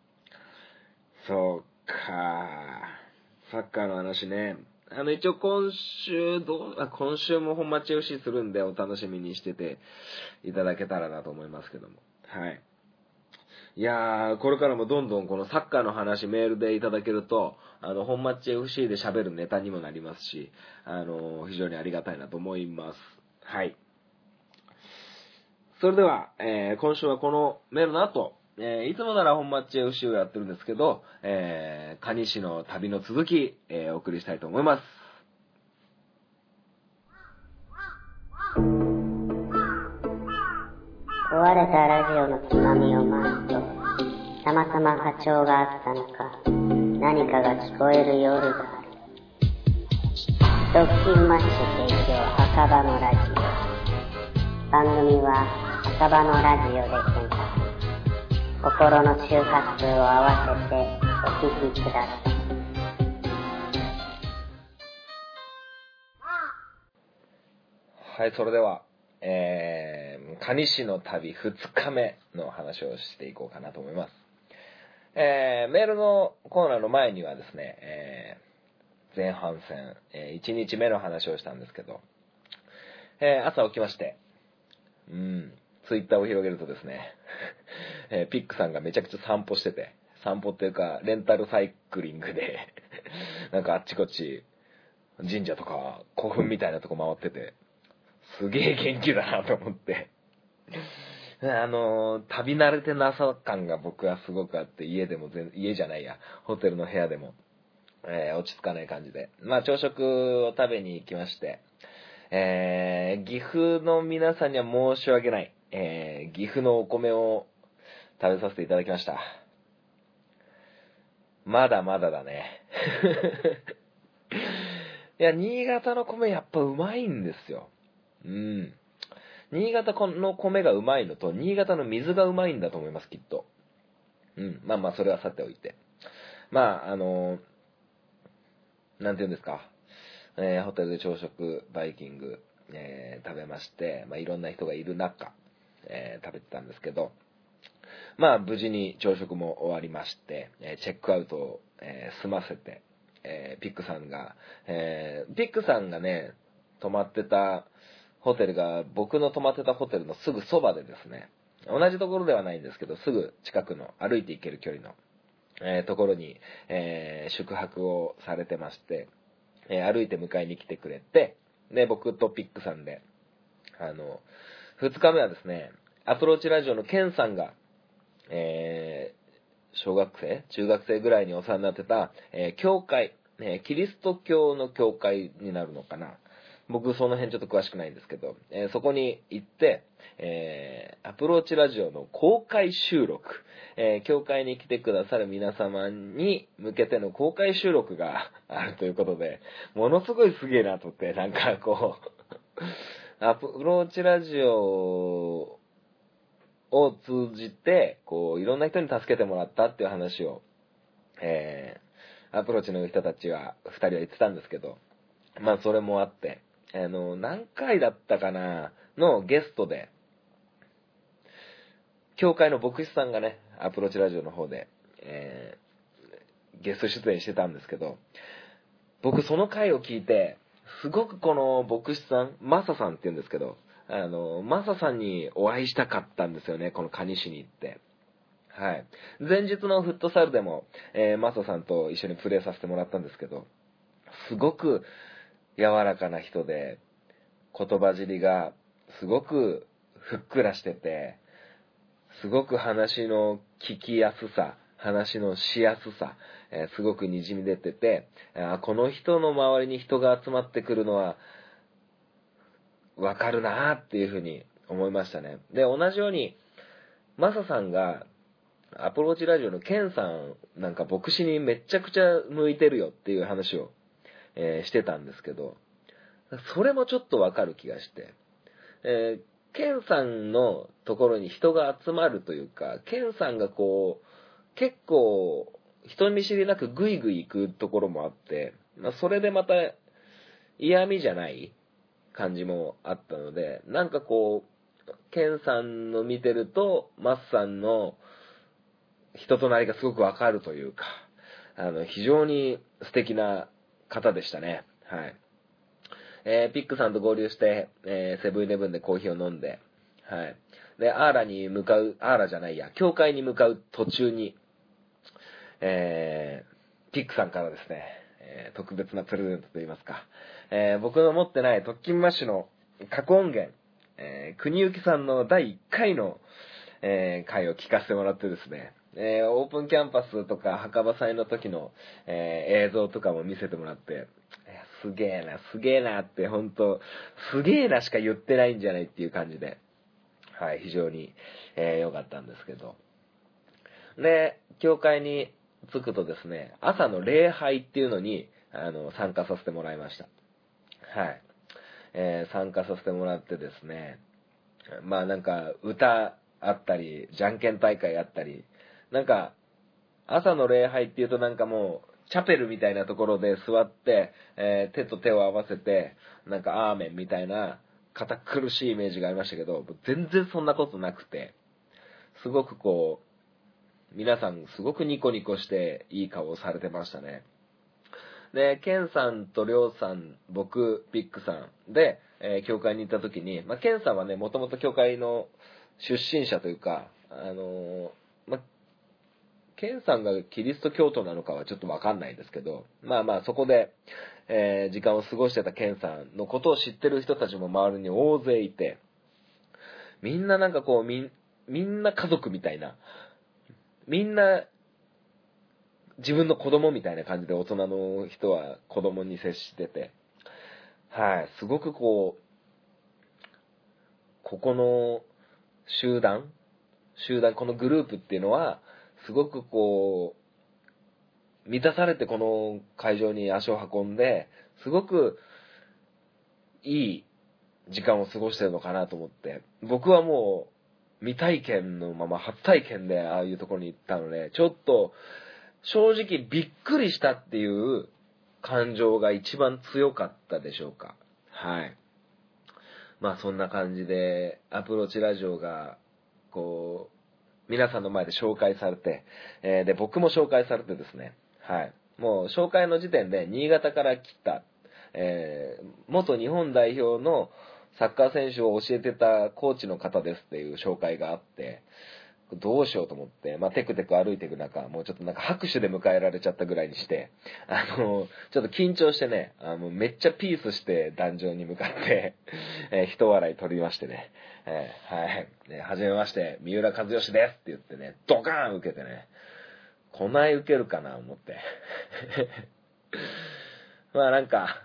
そっか。サッカーの話ね。あの、一応今週、どう、あ、今週も本町 エフシー するんでお楽しみにしてていただけたらなと思いますけども。はい。いやー、これからもどんどんこのサッカーの話メールでいただけると、あの、本町 エフシー で喋るネタにもなりますし、あの、非常にありがたいなと思います。はい。それでは、えー、今週はこのメールの後、えー、いつもなら本町 エフシー をやってるんですけど、えー、蟹市の旅の続き、えー、お送りしたいと思います。 壊れたラジオのつまみを回すと、たまたま波長があったのか、何かが聞こえる夜がある。ドッキンマッシュ提供赤羽のラジオ。番組は赤羽のラジオで検索。心の周波数を合わせてお聞きください。 はい、それでは、えー、蟹市の旅ふつかめの話をしていこうかなと思います。えー、メールのコーナーの前にはですね、えー、前半戦、えー、いちにちめの話をしたんですけど、えー、朝起きまして、うん、ツイッターを広げるとですね、えー、ピックさんがめちゃくちゃ散歩してて、散歩っていうか、レンタルサイクリングで、なんかあっちこっち、神社とか古墳みたいなとこ回ってて、すげえ元気だなと思って。あの、旅慣れてなさ感が僕はすごくあって、家でも全、家じゃないや、ホテルの部屋でも、えー、落ち着かない感じで。まあ、朝食を食べに行きまして、えー、岐阜の皆さんには申し訳ない、えー、岐阜のお米を食べさせていただきました。まだまだだね。いや、新潟の米やっぱうまいんですよ。うん。新潟の米がうまいのと、新潟の水がうまいんだと思います、きっと。うん。まあまあ、それはさておいて。まあ、あの、なんていうんですか。えー、ホテルで朝食、バイキング、えー、食べまして、まあ、いろんな人がいる中、えー、食べてたんですけど、まあ、無事に朝食も終わりまして、えー、チェックアウトを、えー、済ませて、えー、ピックさんが、えー、ピックさんがね、泊まってたホテルが僕の泊まってたホテルのすぐそばでですね、 同じところではないんですけど、すぐ近くの歩いて行ける距離の、えー、ところに、えー、宿泊をされてまして、えー、歩いて迎えに来てくれて、で、僕とピックさんで、あの、二日目はですね、アプローチラジオのケンさんが、えー、小学生中学生ぐらいにお世話になってた、えー、教会、えー、キリスト教の教会になるのかな。僕その辺ちょっと詳しくないんですけど、えー、そこに行って、えー、アプローチラジオの公開収録、えー、教会に来てくださる皆様に向けての公開収録があるということで、ものすごいすげえなと思って、なんかこう、アプローチラジオを通じて、こう、いろんな人に助けてもらったっていう話を、えー、アプローチの人たちは、二人は言ってたんですけど、まあそれもあって、あの、何回だったかなのゲストで、教会の牧師さんがね、アプローチラジオの方で、えー、ゲスト出演してたんですけど、僕その回を聞いて、すごくこの牧師さん、マサさんって言うんですけど、あの、マサさんにお会いしたかったんですよね、この蟹市に行って。はい。前日のフットサルでも、えー、マサさんと一緒にプレーさせてもらったんですけど、すごく柔らかな人で、言葉尻がすごくふっくらしてて、すごく話の聞きやすさ、話のしやすさ、えー、すごく滲み出てて、あ、この人の周りに人が集まってくるのはわかるなーっていうふうに思いましたね。で、同じようにマサさんがアプローチラジオのケンさんなんか牧師にめっちゃくちゃ向いてるよっていう話を、えー、してたんですけど、それもちょっとわかる気がして、えー、ケンさんのところに人が集まるというか、ケンさんがこう結構人見知りなくグイグイ行くところもあって、まあ、それでまた嫌味じゃない感じもあったので、なんかこうケンさんの見てるとマスさんの人となりがすごくわかるというか、あの非常に素敵な方でしたね。はい。えー、ピックさんと合流して、えー、セブンイレブンでコーヒーを飲んで、はい。で、アーラに向かう、アーラじゃないや、教会に向かう途中に、えー、ピックさんからですね、えー、特別なプレゼントといいますか、えー、僕の持ってない特勤マッシュの過去音源、えー、国行さんのだいいっかいの、えー、回を聞かせてもらってですね、えー、オープンキャンパスとか墓場祭の時の、えー、映像とかも見せてもらって、すげえな、すげえなって、ほんと、すげえなしか言ってないんじゃないっていう感じで、はい、非常に良、えー、かったんですけど。で、教会に着くとですね、朝の礼拝っていうのに、あの、参加させてもらいました。はい。えー、参加させてもらってですね、まあなんか、歌あったり、じゃんけん大会あったり、なんか、朝の礼拝っていうとなんかもう、チャペルみたいなところで座って、えー、手と手を合わせて、なんかアーメンみたいな堅苦しいイメージがありましたけど、全然そんなことなくて、すごくこう、皆さんすごくニコニコしていい顔をされてましたね。で、ケンさんとリョウさん、僕、ピックさんで、えー、教会に行った時に、まあ、ケンさんはね、もともと教会の出身者というか、あのー、まあ、ケンさんがキリスト教徒なのかはちょっとわかんないですけど、まあまあそこで、えー、時間を過ごしてたケンさんのことを知ってる人たちも周りに大勢いて、みんななんかこう、みん、みんな家族みたいな、みんな自分の子供みたいな感じで大人の人は子供に接してて、はい、すごくこう、ここの集団、集団、このグループっていうのは、すごくこう、満たされてこの会場に足を運んで、すごくいい時間を過ごしてるのかなと思って、僕はもう未体験のまま初体験でああいうところに行ったので、ちょっと正直びっくりしたっていう感情が一番強かったでしょうか。はい。まあそんな感じでアプローチラジオがこう、皆さんの前で紹介されて、えー、で、僕も紹介されてですね、はい。もう紹介の時点で新潟から来た、えー、元日本代表のサッカー選手を教えてたコーチの方ですっていう紹介があって、どうしようと思って、まあ、テクテク歩いていく中、もうちょっとなんか拍手で迎えられちゃったぐらいにして、あの、ちょっと緊張してね、あの、めっちゃピースして壇上に向かって、えー、一笑い取りましてね、えー、はい、ね、はじめまして、三浦和義ですって言ってね、ドカーン受けてね、こない受けるかな思って。まあなんか、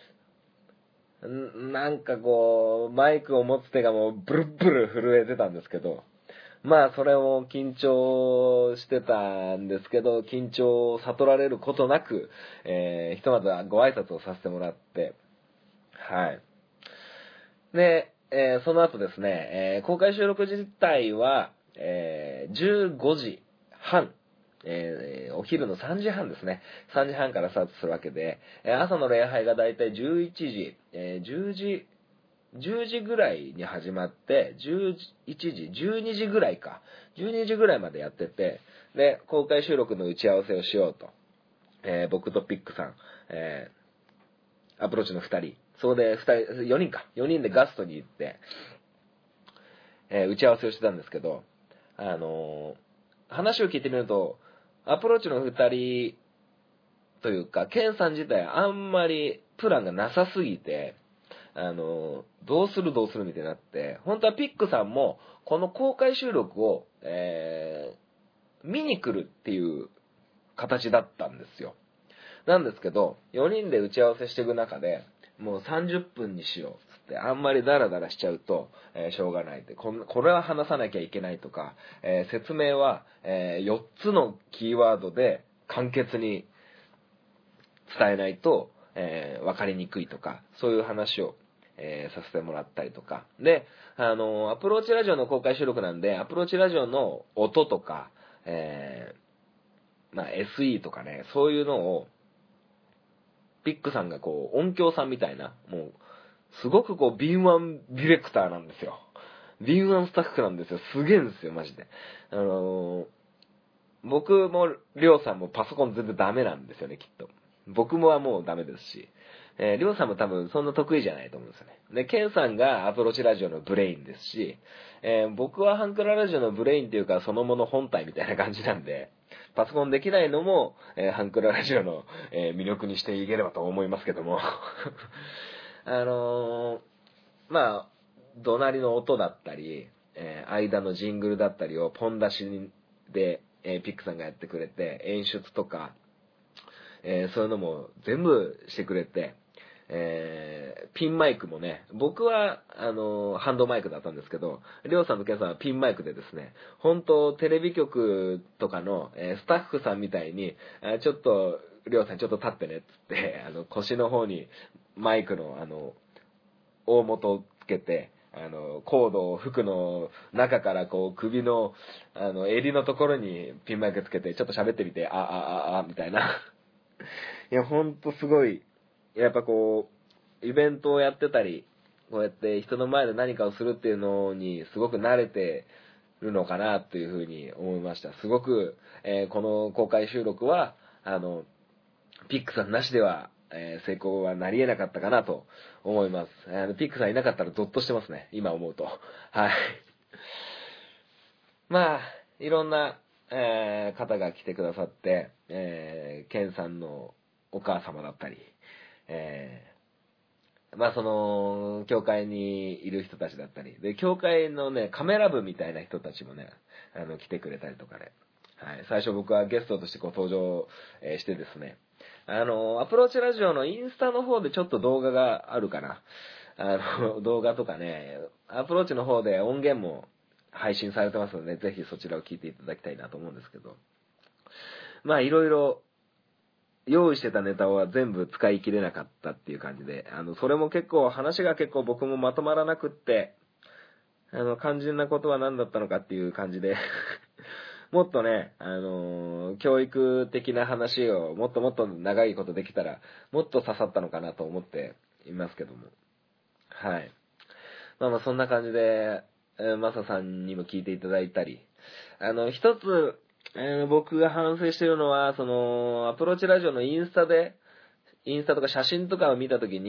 なんかこう、マイクを持つ手がもうブルッブル震えてたんですけど、まあそれを緊張してたんですけど、緊張を悟られることなく、えー、ひとまずはご挨拶をさせてもらって、はい。で、えー、その後ですね、えー、公開収録自体は、えー、じゅうごじはん、えー、お昼のさんじはんですね。さんじはんからスタートするわけで、朝の礼拝がだいたいじゅういちじ、えー、じゅうじ、じゅうじぐらいに始まって、じゅういちじ、じゅうにじぐらいか。じゅうにじぐらいまでやってて、で、公開収録の打ち合わせをしようと。えー、僕とピックさん、えー、アプローチのふたり、そうでふたり、よにんか。よにんでガストに行って、えー、打ち合わせをしてたんですけど、あのー、話を聞いてみると、アプローチのふたりというか、ケンさん自体あんまりプランがなさすぎて、あの、どうするどうするみたいになって、本当はピックさんも、この公開収録を、えー、見に来るっていう形だったんですよ。なんですけど、よにんで打ち合わせしていく中で、もうさんじゅっぷんにしようっつって、あんまりダラダラしちゃうと、えー、しょうがないって、こ、これは話さなきゃいけないとか、えー、説明は、えー、よっつのキーワードで簡潔に伝えないと、えー、分かりにくいとか、そういう話を、えー、させてもらったりとか。で、あのー、アプローチラジオの公開収録なんで、アプローチラジオの音とか、えー、まあ、エスイー とかね、そういうのを、ピックさんがこう、音響さんみたいな、もう、すごくこう、敏腕ディレクターなんですよ。敏腕スタッフなんですよ。すげえんですよ、マジで。あのー、僕も、りょうさんもパソコン全然ダメなんですよね、きっと。僕もはもうダメですし、えー、りょうさんも多分そんな得意じゃないと思うんですよね。で、ケンさんがアプローチラジオのブレインですし、えー、僕はハンクララジオのブレインっていうかそのもの本体みたいな感じなんで、パソコンできないのも、えー、ハンクララジオの、えー、魅力にしていければと思いますけども。あのー、まあ、怒鳴りの音だったり、えー、間のジングルだったりをポン出しで、えー、ピックさんがやってくれて、演出とか、えー、そういうのも全部してくれて、えー、ピンマイクもね、僕は、あのー、ハンドマイクだったんですけど、りょうさんとケンさんはピンマイクでですね、本当テレビ局とかの、えー、スタッフさんみたいに、あちょっと、りょうさんちょっと立ってねっつって、あの、腰の方にマイクの、あの、大元をつけて、あの、コードを服の中からこう首の、あの、襟のところにピンマイクつけて、ちょっと喋ってみて、あ、あ、あ、あ、みたいな。いや、ほんとすごい、やっぱこう、イベントをやってたり、こうやって人の前で何かをするっていうのにすごく慣れてるのかなっていうふうに思いました。すごく、えー、この公開収録は、あの、ピックさんなしでは、えー、成功はなり得なかったかなと思います。あのピックさんいなかったらゾッとしてますね、今思うと。はい。まあ、いろんな、えー、方が来てくださって、えー、ケンさんのお母様だったり、えー、まあその、教会にいる人たちだったり、で、教会のね、カメラ部みたいな人たちもね、あの、来てくれたりとかね。はい、最初僕はゲストとしてこう登場、えー、してですね、あの、アプローチラジオのインスタの方でちょっと動画があるかな。あの、動画とかね、アプローチの方で音源も配信されてますので、ぜひそちらを聞いていただきたいなと思うんですけど。まあいろいろ用意してたネタは全部使い切れなかったっていう感じで、あの、それも結構話が結構僕もまとまらなくって、あの、肝心なことは何だったのかっていう感じで、もっとね、あのー、教育的な話をもっともっと長いことできたら、もっと刺さったのかなと思っていますけども。はい。まあまあそんな感じで、えー、マサさんにも聞いていただいたり、あの、一つ、えー、僕が反省しているのは、その、アプローチラジオのインスタで、インスタとか写真とかを見たときに、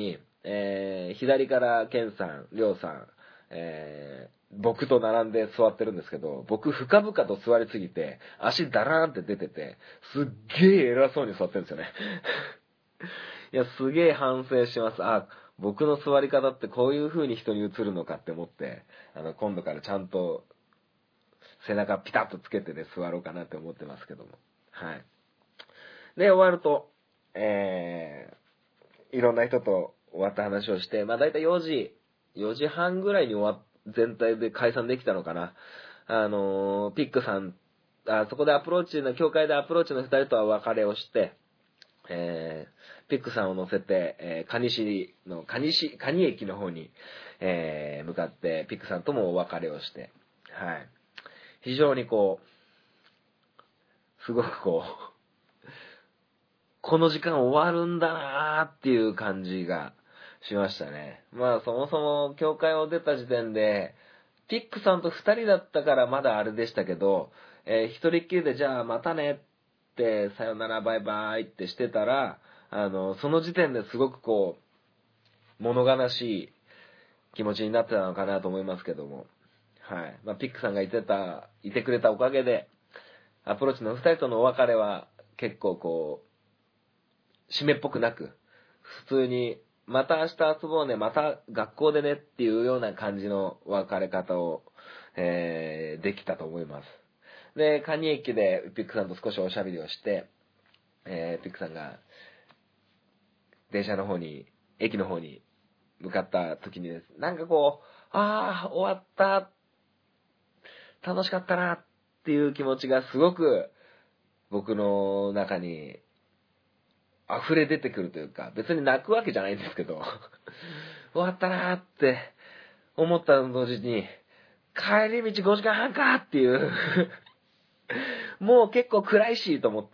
えー、左からケンさん、りょうさん、えー、僕と並んで座ってるんですけど、僕深々と座りすぎて、足ダラーンって出てて、すっげえ偉そうに座ってるんですよね。いや、すげえ反省します。あ、僕の座り方ってこういう風に人に映るのかって思って、あの、今度からちゃんと背中ピタッとつけてね、座ろうかなって思ってますけども。はい。で、終わると、えー、いろんな人と終わった話をして、まあ大体よじ、よじはんぐらいに終わっ、全体で解散できたのかな。あのー、ピックさん、あそこでアプローチの、教会でアプローチのふたりとは別れをして、えー、ピックさんを乗せて、えー、蟹市の、蟹市、蟹駅の方に、えー、向かって、ピックさんともお別れをして、はい。非常にこう、すごくこう、この時間終わるんだなーっていう感じがしましたね。まあそもそも教会を出た時点で、ピックさんと二人だったからまだあれでしたけど、えー、一人っきりでじゃあまたねってさよならバイバイってしてたら、あの、その時点ですごくこう、物悲しい気持ちになってたのかなと思いますけども。はい。まあピックさんがいてた、いてくれたおかげで、アプローチの二人とのお別れは結構こう、締めっぽくなく、普通に、また明日遊ぼうね、また学校でねっていうような感じの別れ方を、えー、できたと思います。で、蟹駅でピックさんと少しおしゃべりをして、えー、ピックさんが、電車の方に、駅の方に向かった時にです、なんかこう、あー、終わった、楽しかったなっていう気持ちがすごく僕の中に溢れ出てくるというか、別に泣くわけじゃないんですけど、終わったなーって思ったのと同時に、帰り道ごじかんはんかっていう、もう結構暗いしと思って、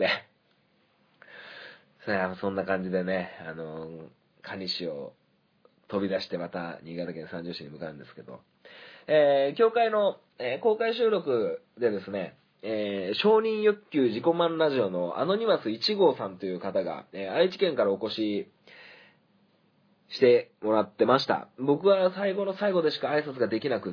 そんな感じでね、あの、蟹市を飛び出してまた新潟県三条市に向かうんですけど、えー、教会の、えー、公開収録でですね、えー、承認欲求自己満ラジオのアノニマスいち号さんという方が、えー、愛知県からお越ししてもらってました。僕は最後の最後でしか挨拶ができなくって、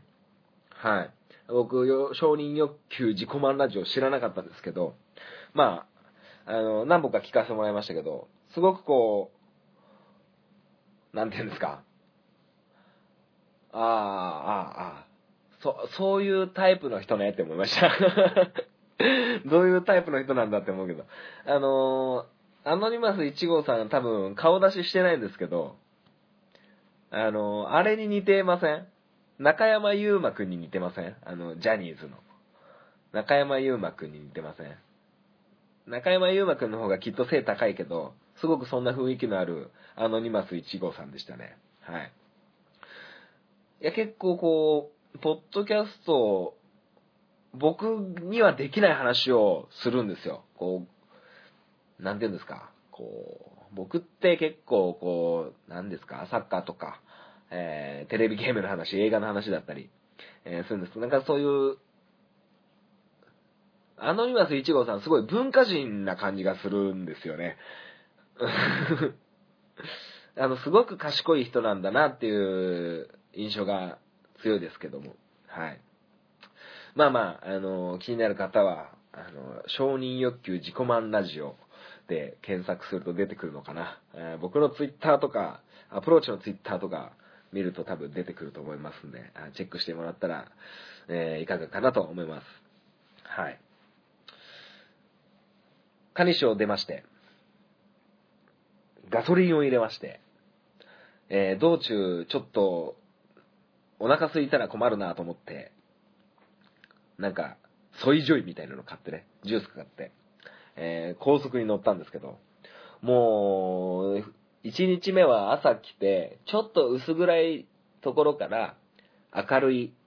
はい。僕、承認欲求自己満ラジオ知らなかったんですけど、まあ、あの、何本か聞かせてもらいましたけど、すごくこう、なんていうんですか、ああ、ああ、ああ。そ、そういうタイプの人ねって思いました。どういうタイプの人なんだって思うけど。あのー、アノニマスいち号さん多分顔出ししてないんですけど、あのー、あれに似てません？中山優馬くんに似てません？あの、ジャニーズの。中山優馬くんに似てません？中山優馬くんの方がきっと背高いけど、すごくそんな雰囲気のあるアノニマスいち号さんでしたね。はい。いや、結構こう、ポッドキャスト、僕にはできない話をするんですよ。こう、なんて言うんですか。こう、僕って結構こう、なんですか、サッカーとか、えー、テレビゲームの話、映画の話だったり、えー、するんです。なんかそういう、アノニマスいち号さんすごい文化人な感じがするんですよね。あの、すごく賢い人なんだなっていう印象が強いですけども。はい。まあまあ、あの、気になる方は、あの、承認欲求自己満ラジオで検索すると出てくるのかな。えー、僕のツイッターとか、アプローチのツイッターとか見ると多分出てくると思いますんで、チェックしてもらったら、えー、いかがかなと思います。はい。蟹市を出まして、ガソリンを入れまして、えー、道中ちょっとお腹空いたら困るなと思って、なんかソイジョイみたいなの買ってね、ジュース買って、えー、高速に乗ったんですけど、もういちにちめは朝来てちょっと薄暗いところから明るい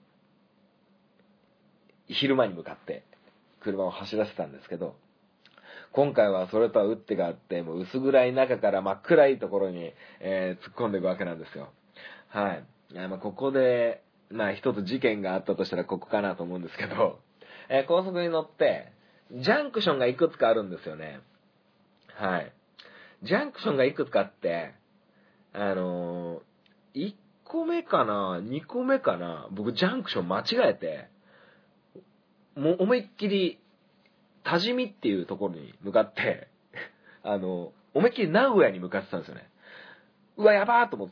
昼間に向かって車を走らせたんですけど、今回はそれとは打ってがあって、もう薄暗い中から真っ暗いところに、えー、突っ込んでいくわけなんですよ。はい。まあ、ここで、まあ一つ事件があったとしたらここかなと思うんですけど、えー、高速に乗って、ジャンクションがいくつかあるんですよね。はい。ジャンクションがいくつかあって、 あのー、いっこめかな、にこめかな、僕ジャンクション間違えて、もう思いっきり、多治見っていうところに向かって、あの、思いっきり名古屋に向かってたんですよね。うわ、やばーと思って。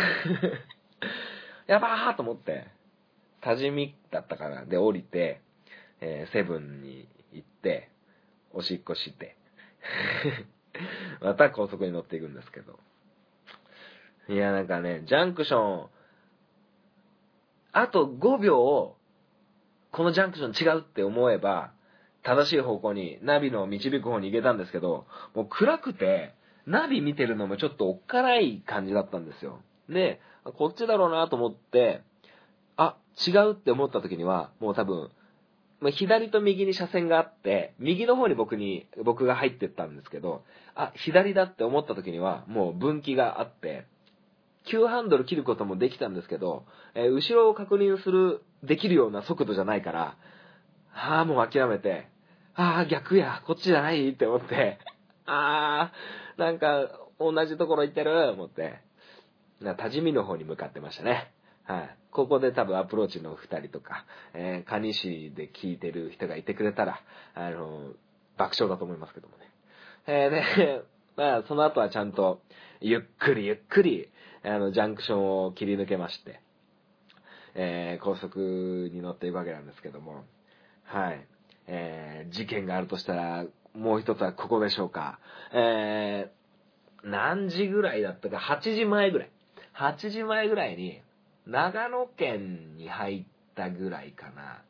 やばーと思って、多治見だったかな。で、降りて、えー、セブンに行って、おしっこして、また高速に乗っていくんですけど。いや、なんかね、ジャンクション、あとごびょう、このジャンクション違うって思えば、正しい方向に、ナビの導く方に行けたんですけど、もう暗くて、ナビ見てるのもちょっとおっかない感じだったんですよ。で、こっちだろうなと思って、あ、違うって思った時には、もう多分、左と右に車線があって、右の方に僕に、僕が入ってったんですけど、あ、左だって思った時には、もう分岐があって、急ハンドル切ることもできたんですけど、えー、後ろを確認する、できるような速度じゃないから、ああ、もう諦めて、ああ、逆や、こっちじゃないって思って、ああ、なんか、同じところ行ってる、思って、な、多治見の方に向かってましたね。はい。ここで多分アプローチの二人とか、えー、蟹市で聞いてる人がいてくれたら、あの、爆笑だと思いますけどもね。えー、で、まあ、その後はちゃんと、ゆっくりゆっくり、あの、ジャンクションを切り抜けまして、えー、高速に乗っていくわけなんですけども、はい。えー、事件があるとしたら、もう一つはここでしょうか。えー、何時ぐらいだったか、はちじまえぐらい。はちじまえぐらいに、長野県に入ったぐらいかな。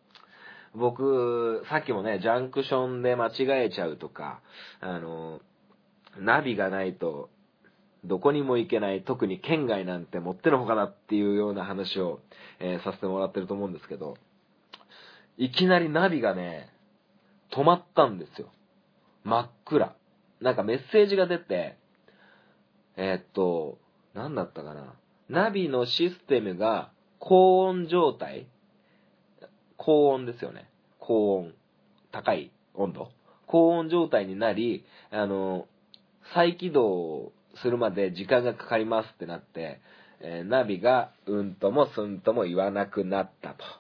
僕、さっきもね、ジャンクションで間違えちゃうとか、あの、ナビがないと、どこにも行けない、特に県外なんてもってのほかだっていうような話を、えー、させてもらってると思うんですけど、いきなりナビがね、止まったんですよ。真っ暗。なんかメッセージが出て、えー、っと、なんだったかな。ナビのシステムが高温状態、高温ですよね。高温。高い温度。高温状態になり、あの、再起動するまで時間がかかりますってなって、えー、ナビがうんともすんとも言わなくなったと。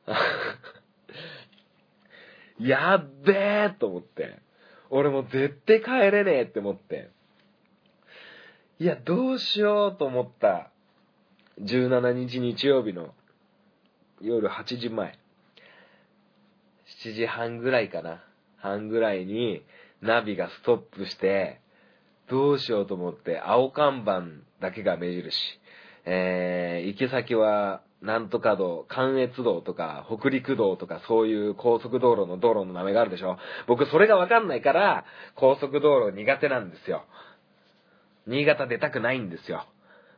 やっべーと思って。俺もう絶対帰れねえって思って。いや、どうしようと思った。じゅうしちにち日曜日の夜はちじまえ。しちじはんぐらいかな。半ぐらいにナビがストップして、どうしようと思って青看板だけが目印。えー、行き先はなんとか道、関越道とか北陸道とかそういう高速道路の道路の名前があるでしょ。僕それがわかんないから高速道路苦手なんですよ。新潟出たくないんですよ。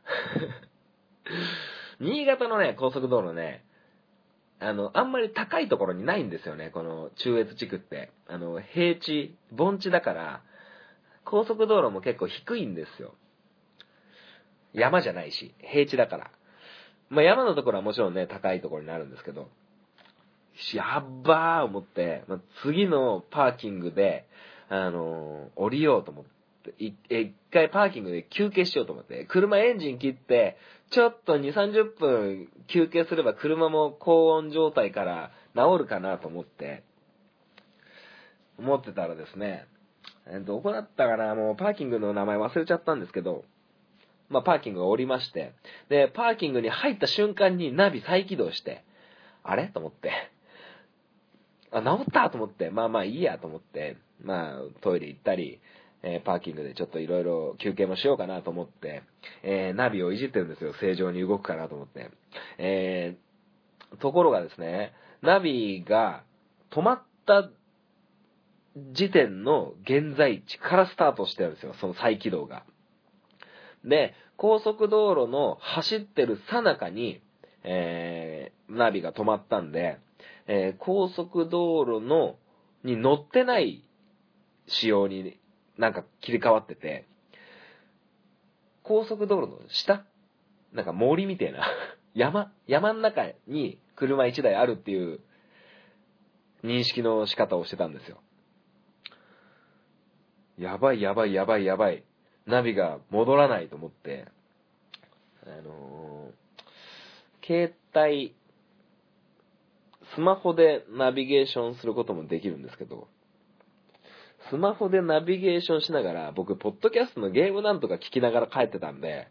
新潟のね、高速道路ね、あの、あんまり高いところにないんですよね、この中越地区って。あの、平地、盆地だから、高速道路も結構低いんですよ。山じゃないし、平地だから。まあ山のところはもちろんね、高いところになるんですけど、やっばー思って、まあ、次のパーキングで、あのー、降りようと思って、い一回パーキングで休憩しようと思って、車エンジン切って、ちょっとに、さんじゅっぷん休憩すれば車も高温状態から治るかなと思って、思ってたらですね、どこだったかな、もうパーキングの名前忘れちゃったんですけど、まあパーキングが降りまして、で、パーキングに入った瞬間にナビ再起動して、あれと思って、あ、治ったと思って、まあまあいいやと思って、まあトイレ行ったり、えー、パーキングでちょっといろいろ休憩もしようかなと思って、えー、ナビをいじってるんですよ。正常に動くかなと思って。えー、ところがですね、ナビが止まった時点の現在地からスタートしてるんですよ。その再起動が。で、高速道路の走ってる最中に、えー、ナビが止まったんで、えー、高速道路の、に乗ってない仕様になんか切り替わってて、高速道路の下なんか森みたいな、山、山の中に車一台あるっていう認識の仕方をしてたんですよ。やばいやばいやばいやばい。 ナビが戻らないと思って、あのー、携帯、スマホでナビゲーションすることもできるんですけど、スマホでナビゲーションしながら、僕、ポッドキャストのゲームなんとか聞きながら帰ってたんで、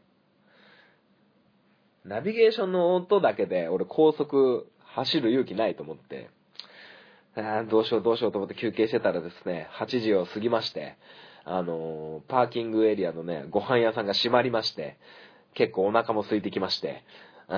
ナビゲーションの音だけで俺高速走る勇気ないと思って、あどうしようどうしようと思って休憩してたらですね、はちじを過ぎまして、あのー、パーキングエリアのね、ご飯屋さんが閉まりまして、結構お腹も空いてきまして、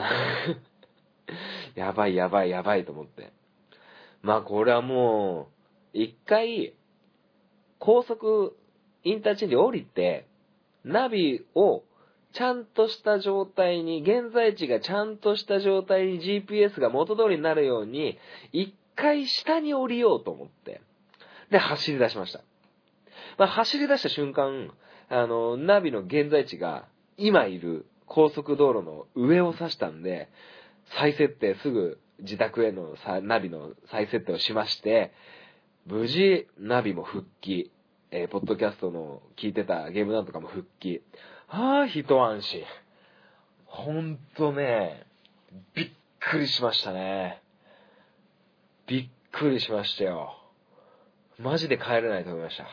やばいやばいやばいと思って。まあこれはもう、一回、高速インターチェンジ降りて、ナビをちゃんとした状態に、現在地がちゃんとした状態に ジーピーエス が元通りになるように、一回下に降りようと思って、で、走り出しました。まあ、走り出した瞬間、あの、ナビの現在地が、今いる高速道路の上を指したんで、再設定、すぐ自宅へのナビの再設定をしまして、無事、ナビも復帰、えー、ポッドキャストの聞いてたゲームなんとかも復帰。はぁ、一安心。ほんとね、びっくりしましたね。びっくりしましたよ。マジで帰れないと思いました。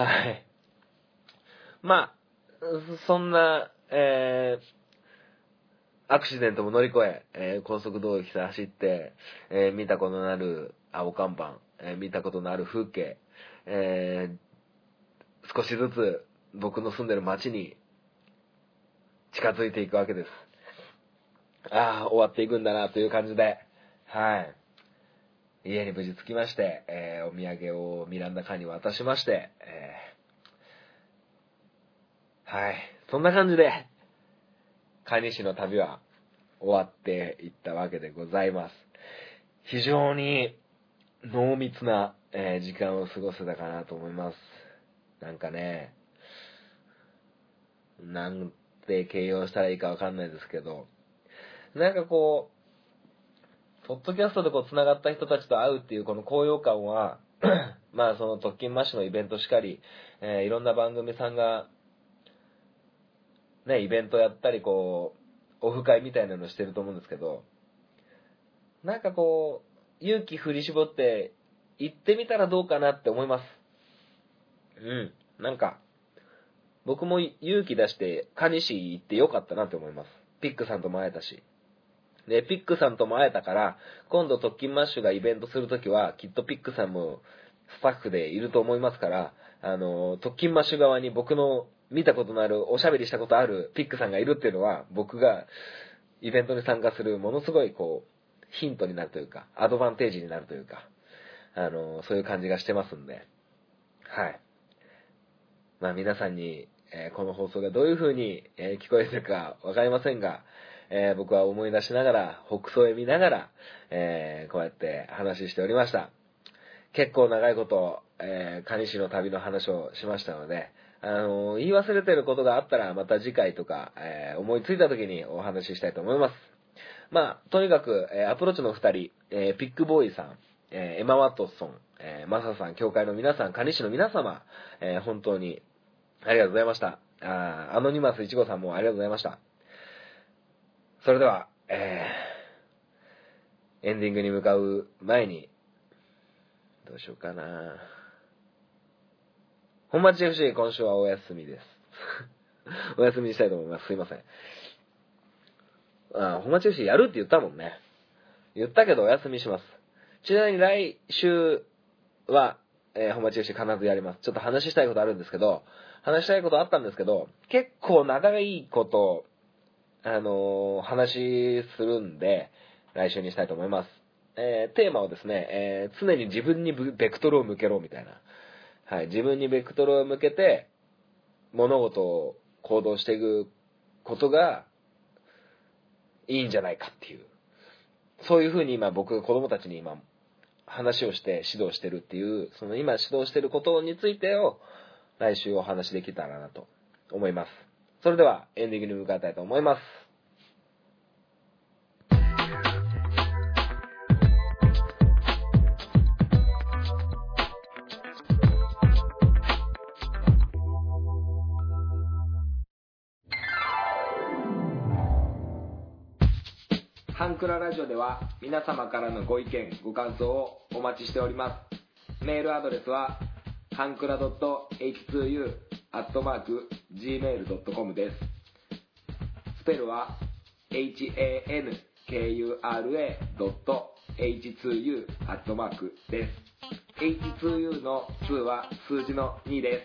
はい。まあ、そんな、えー、アクシデントも乗り越え、えー、高速道路を走って、えー、見たことのある青看板、えー、見たことのある風景、えー、少しずつ僕の住んでる街に近づいていくわけです。ああ、終わっていくんだなという感じで、はい。家に無事着きまして、えー、お土産をミランダカーに渡しまして、えー、はい。そんな感じで、蟹市の旅は終わっていったわけでございます。非常に濃密な、えー、時間を過ごせたかなと思います。なんかね、なんて形容したらいいかわかんないですけど、なんかこう、ポッドキャストでこう繋がった人たちと会うっていうこの高揚感は、まあその特勤マッシュのイベントしかり、えー、いろんな番組さんが、ね、イベントやったりこう、オフ会みたいなのしてると思うんですけど、なんかこう、勇気振り絞って行ってみたらどうかなって思います。うん。なんか、僕も勇気出して蟹市行ってよかったなって思います。ピックさんとも会えたし。で、ピックさんとも会えたから、今度特勤マッシュがイベントするときは、きっとピックさんもスタッフでいると思いますから、あの、特勤マッシュ側に僕の見たことのある、おしゃべりしたことあるピックさんがいるっていうのは、僕がイベントに参加するものすごいこう、ヒントになるというか、アドバンテージになるというか、あの、そういう感じがしてますんで、はい。まあ皆さんに、えー、この放送がどういう風に、えー、聞こえてるかわかりませんが、えー、僕は思い出しながら、北総へ見ながら、えー、こうやって話しておりました。結構長いこと、えー、蟹市の旅の話をしましたので、あのー、言い忘れてることがあったら、また次回とか、えー、思いついた時にお話ししたいと思います。まあ、とにかく、えー、アプローチの二人、えー、ピックボーイさん、えー、エマ・ワトソン、えー、マサさん、教会の皆さん、蟹市の皆様、えー、本当にありがとうございました。あアノニマスいちごさんもありがとうございました。それでは、えー、エンディングに向かう前に、どうしようかな。本町 エフシー 今週はお休みです。お休みにしたいと思います。すいません。あ本町 エフシー やるって言ったもんね。言ったけどお休みします。ちなみに来週は、えー、本町 エフシー 必ずやります。ちょっと話したいことあるんですけど、話したいことあったんですけど、結構長いこと、あのー、話するんで、来週にしたいと思います。えー、テーマをですね、えー、常に自分にベクトルを向けろみたいな。はい、自分にベクトルを向けて、物事を行動していくことが、いいんじゃないかっていう。そういうふうに今僕、子供たちに今、話をして指導してるっていう、その今指導してることについてを、来週お話できたらなと思います。それではエンディングに向かいたいと思います。 ハンクララジオでは皆様からのご意見ご感想をお待ちしております。メールアドレスはハンクラ ドットエイチツーユー アットマーク ジーメール ドットコム です。スペルは エイチエーエヌケーユーアールエー ドットエイチツーユー アットマークです。エイチツーユー のには数字のにです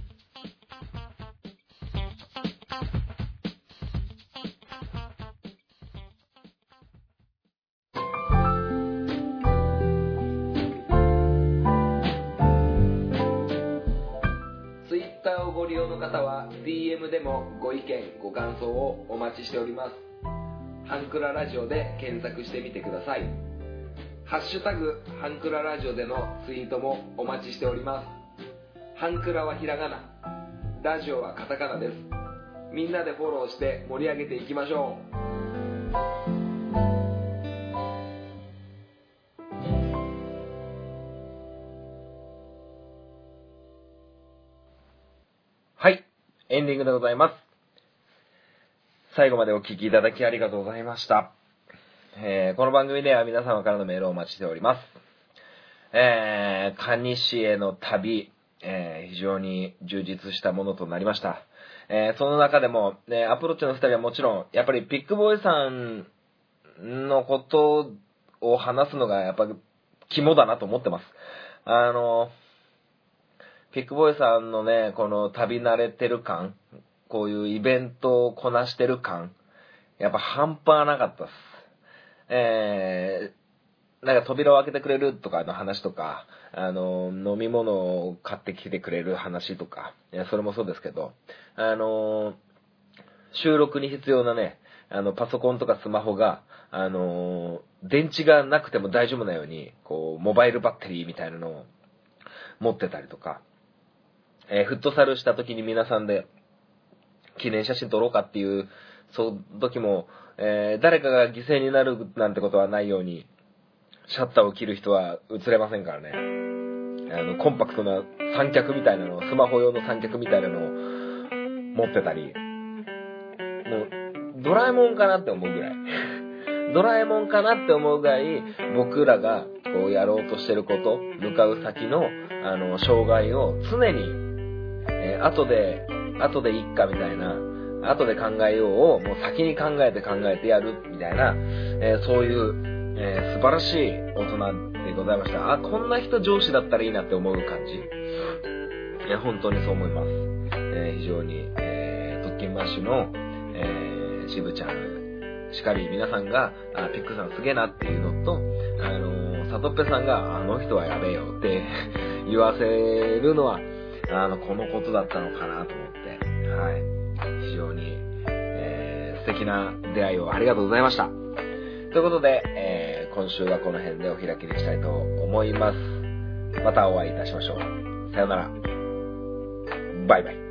。Twitter をご利用の方は ディーエム でもご意見ご感想をお待ちしております。ハンクララジオで検索してみてください。ハッシュタグハンクララジオでのツイートもお待ちしております。ハンクラはひらがな、ラジオはカタカナです。みんなでフォローして盛り上げていきましょう。はい、エンディングでございます。最後までお聞きいただきありがとうございました。えー、この番組では皆様からのメールをお待ちしております。えー、蟹市への旅、えー、非常に充実したものとなりました。えー、その中でも、ね、アプローチのふたりはもちろん、やっぱりピックボーイさんのことを話すのがやっぱり肝だなと思ってます。あの、ピックボーイさんのね、この旅慣れてる感、こういうイベントをこなしてる感、やっぱ半端なかったです。えー、なんか扉を開けてくれるとかの話とか、あの、飲み物を買ってきてくれる話とか、いや、それもそうですけど、あの、収録に必要なね、あの、パソコンとかスマホが、あの、電池がなくても大丈夫なように、こう、モバイルバッテリーみたいなのを持ってたりとか、えー、フットサルした時に皆さんで記念写真撮ろうかっていう、その時も、えー、誰かが犠牲になるなんてことはないように、シャッターを切る人は映れませんからね。あの、コンパクトな三脚みたいなの、スマホ用の三脚みたいなのを持ってたり、もう、ドラえもんかなって思うぐらい。ドラえもんかなって思うぐらい、僕らがこうやろうとしてること、向かう先の、あの、障害を常に、えー、後で、後でいっかみたいな、後で考えようをもう先に考えて考えてやるみたいな、えー、そういう、えー、素晴らしい大人でございました。あ、こんな人上司だったらいいなって思う感じ。いや、本当にそう思います。えー、非常に、えー、特勤マッシュの、えー、渋ちゃんしかり皆さんが、あ、ピックさんすげえなっていうのと、あのー、サトッペさんが、あの人はやべえよって言わせるのは、あの、このことだったのかなと思って、はい。非常に、えー、素敵な出会いをありがとうございました。ということで、えー、今週はこの辺でお開きにしたいと思います。またお会いいたしましょう。さよなら。バイバイ。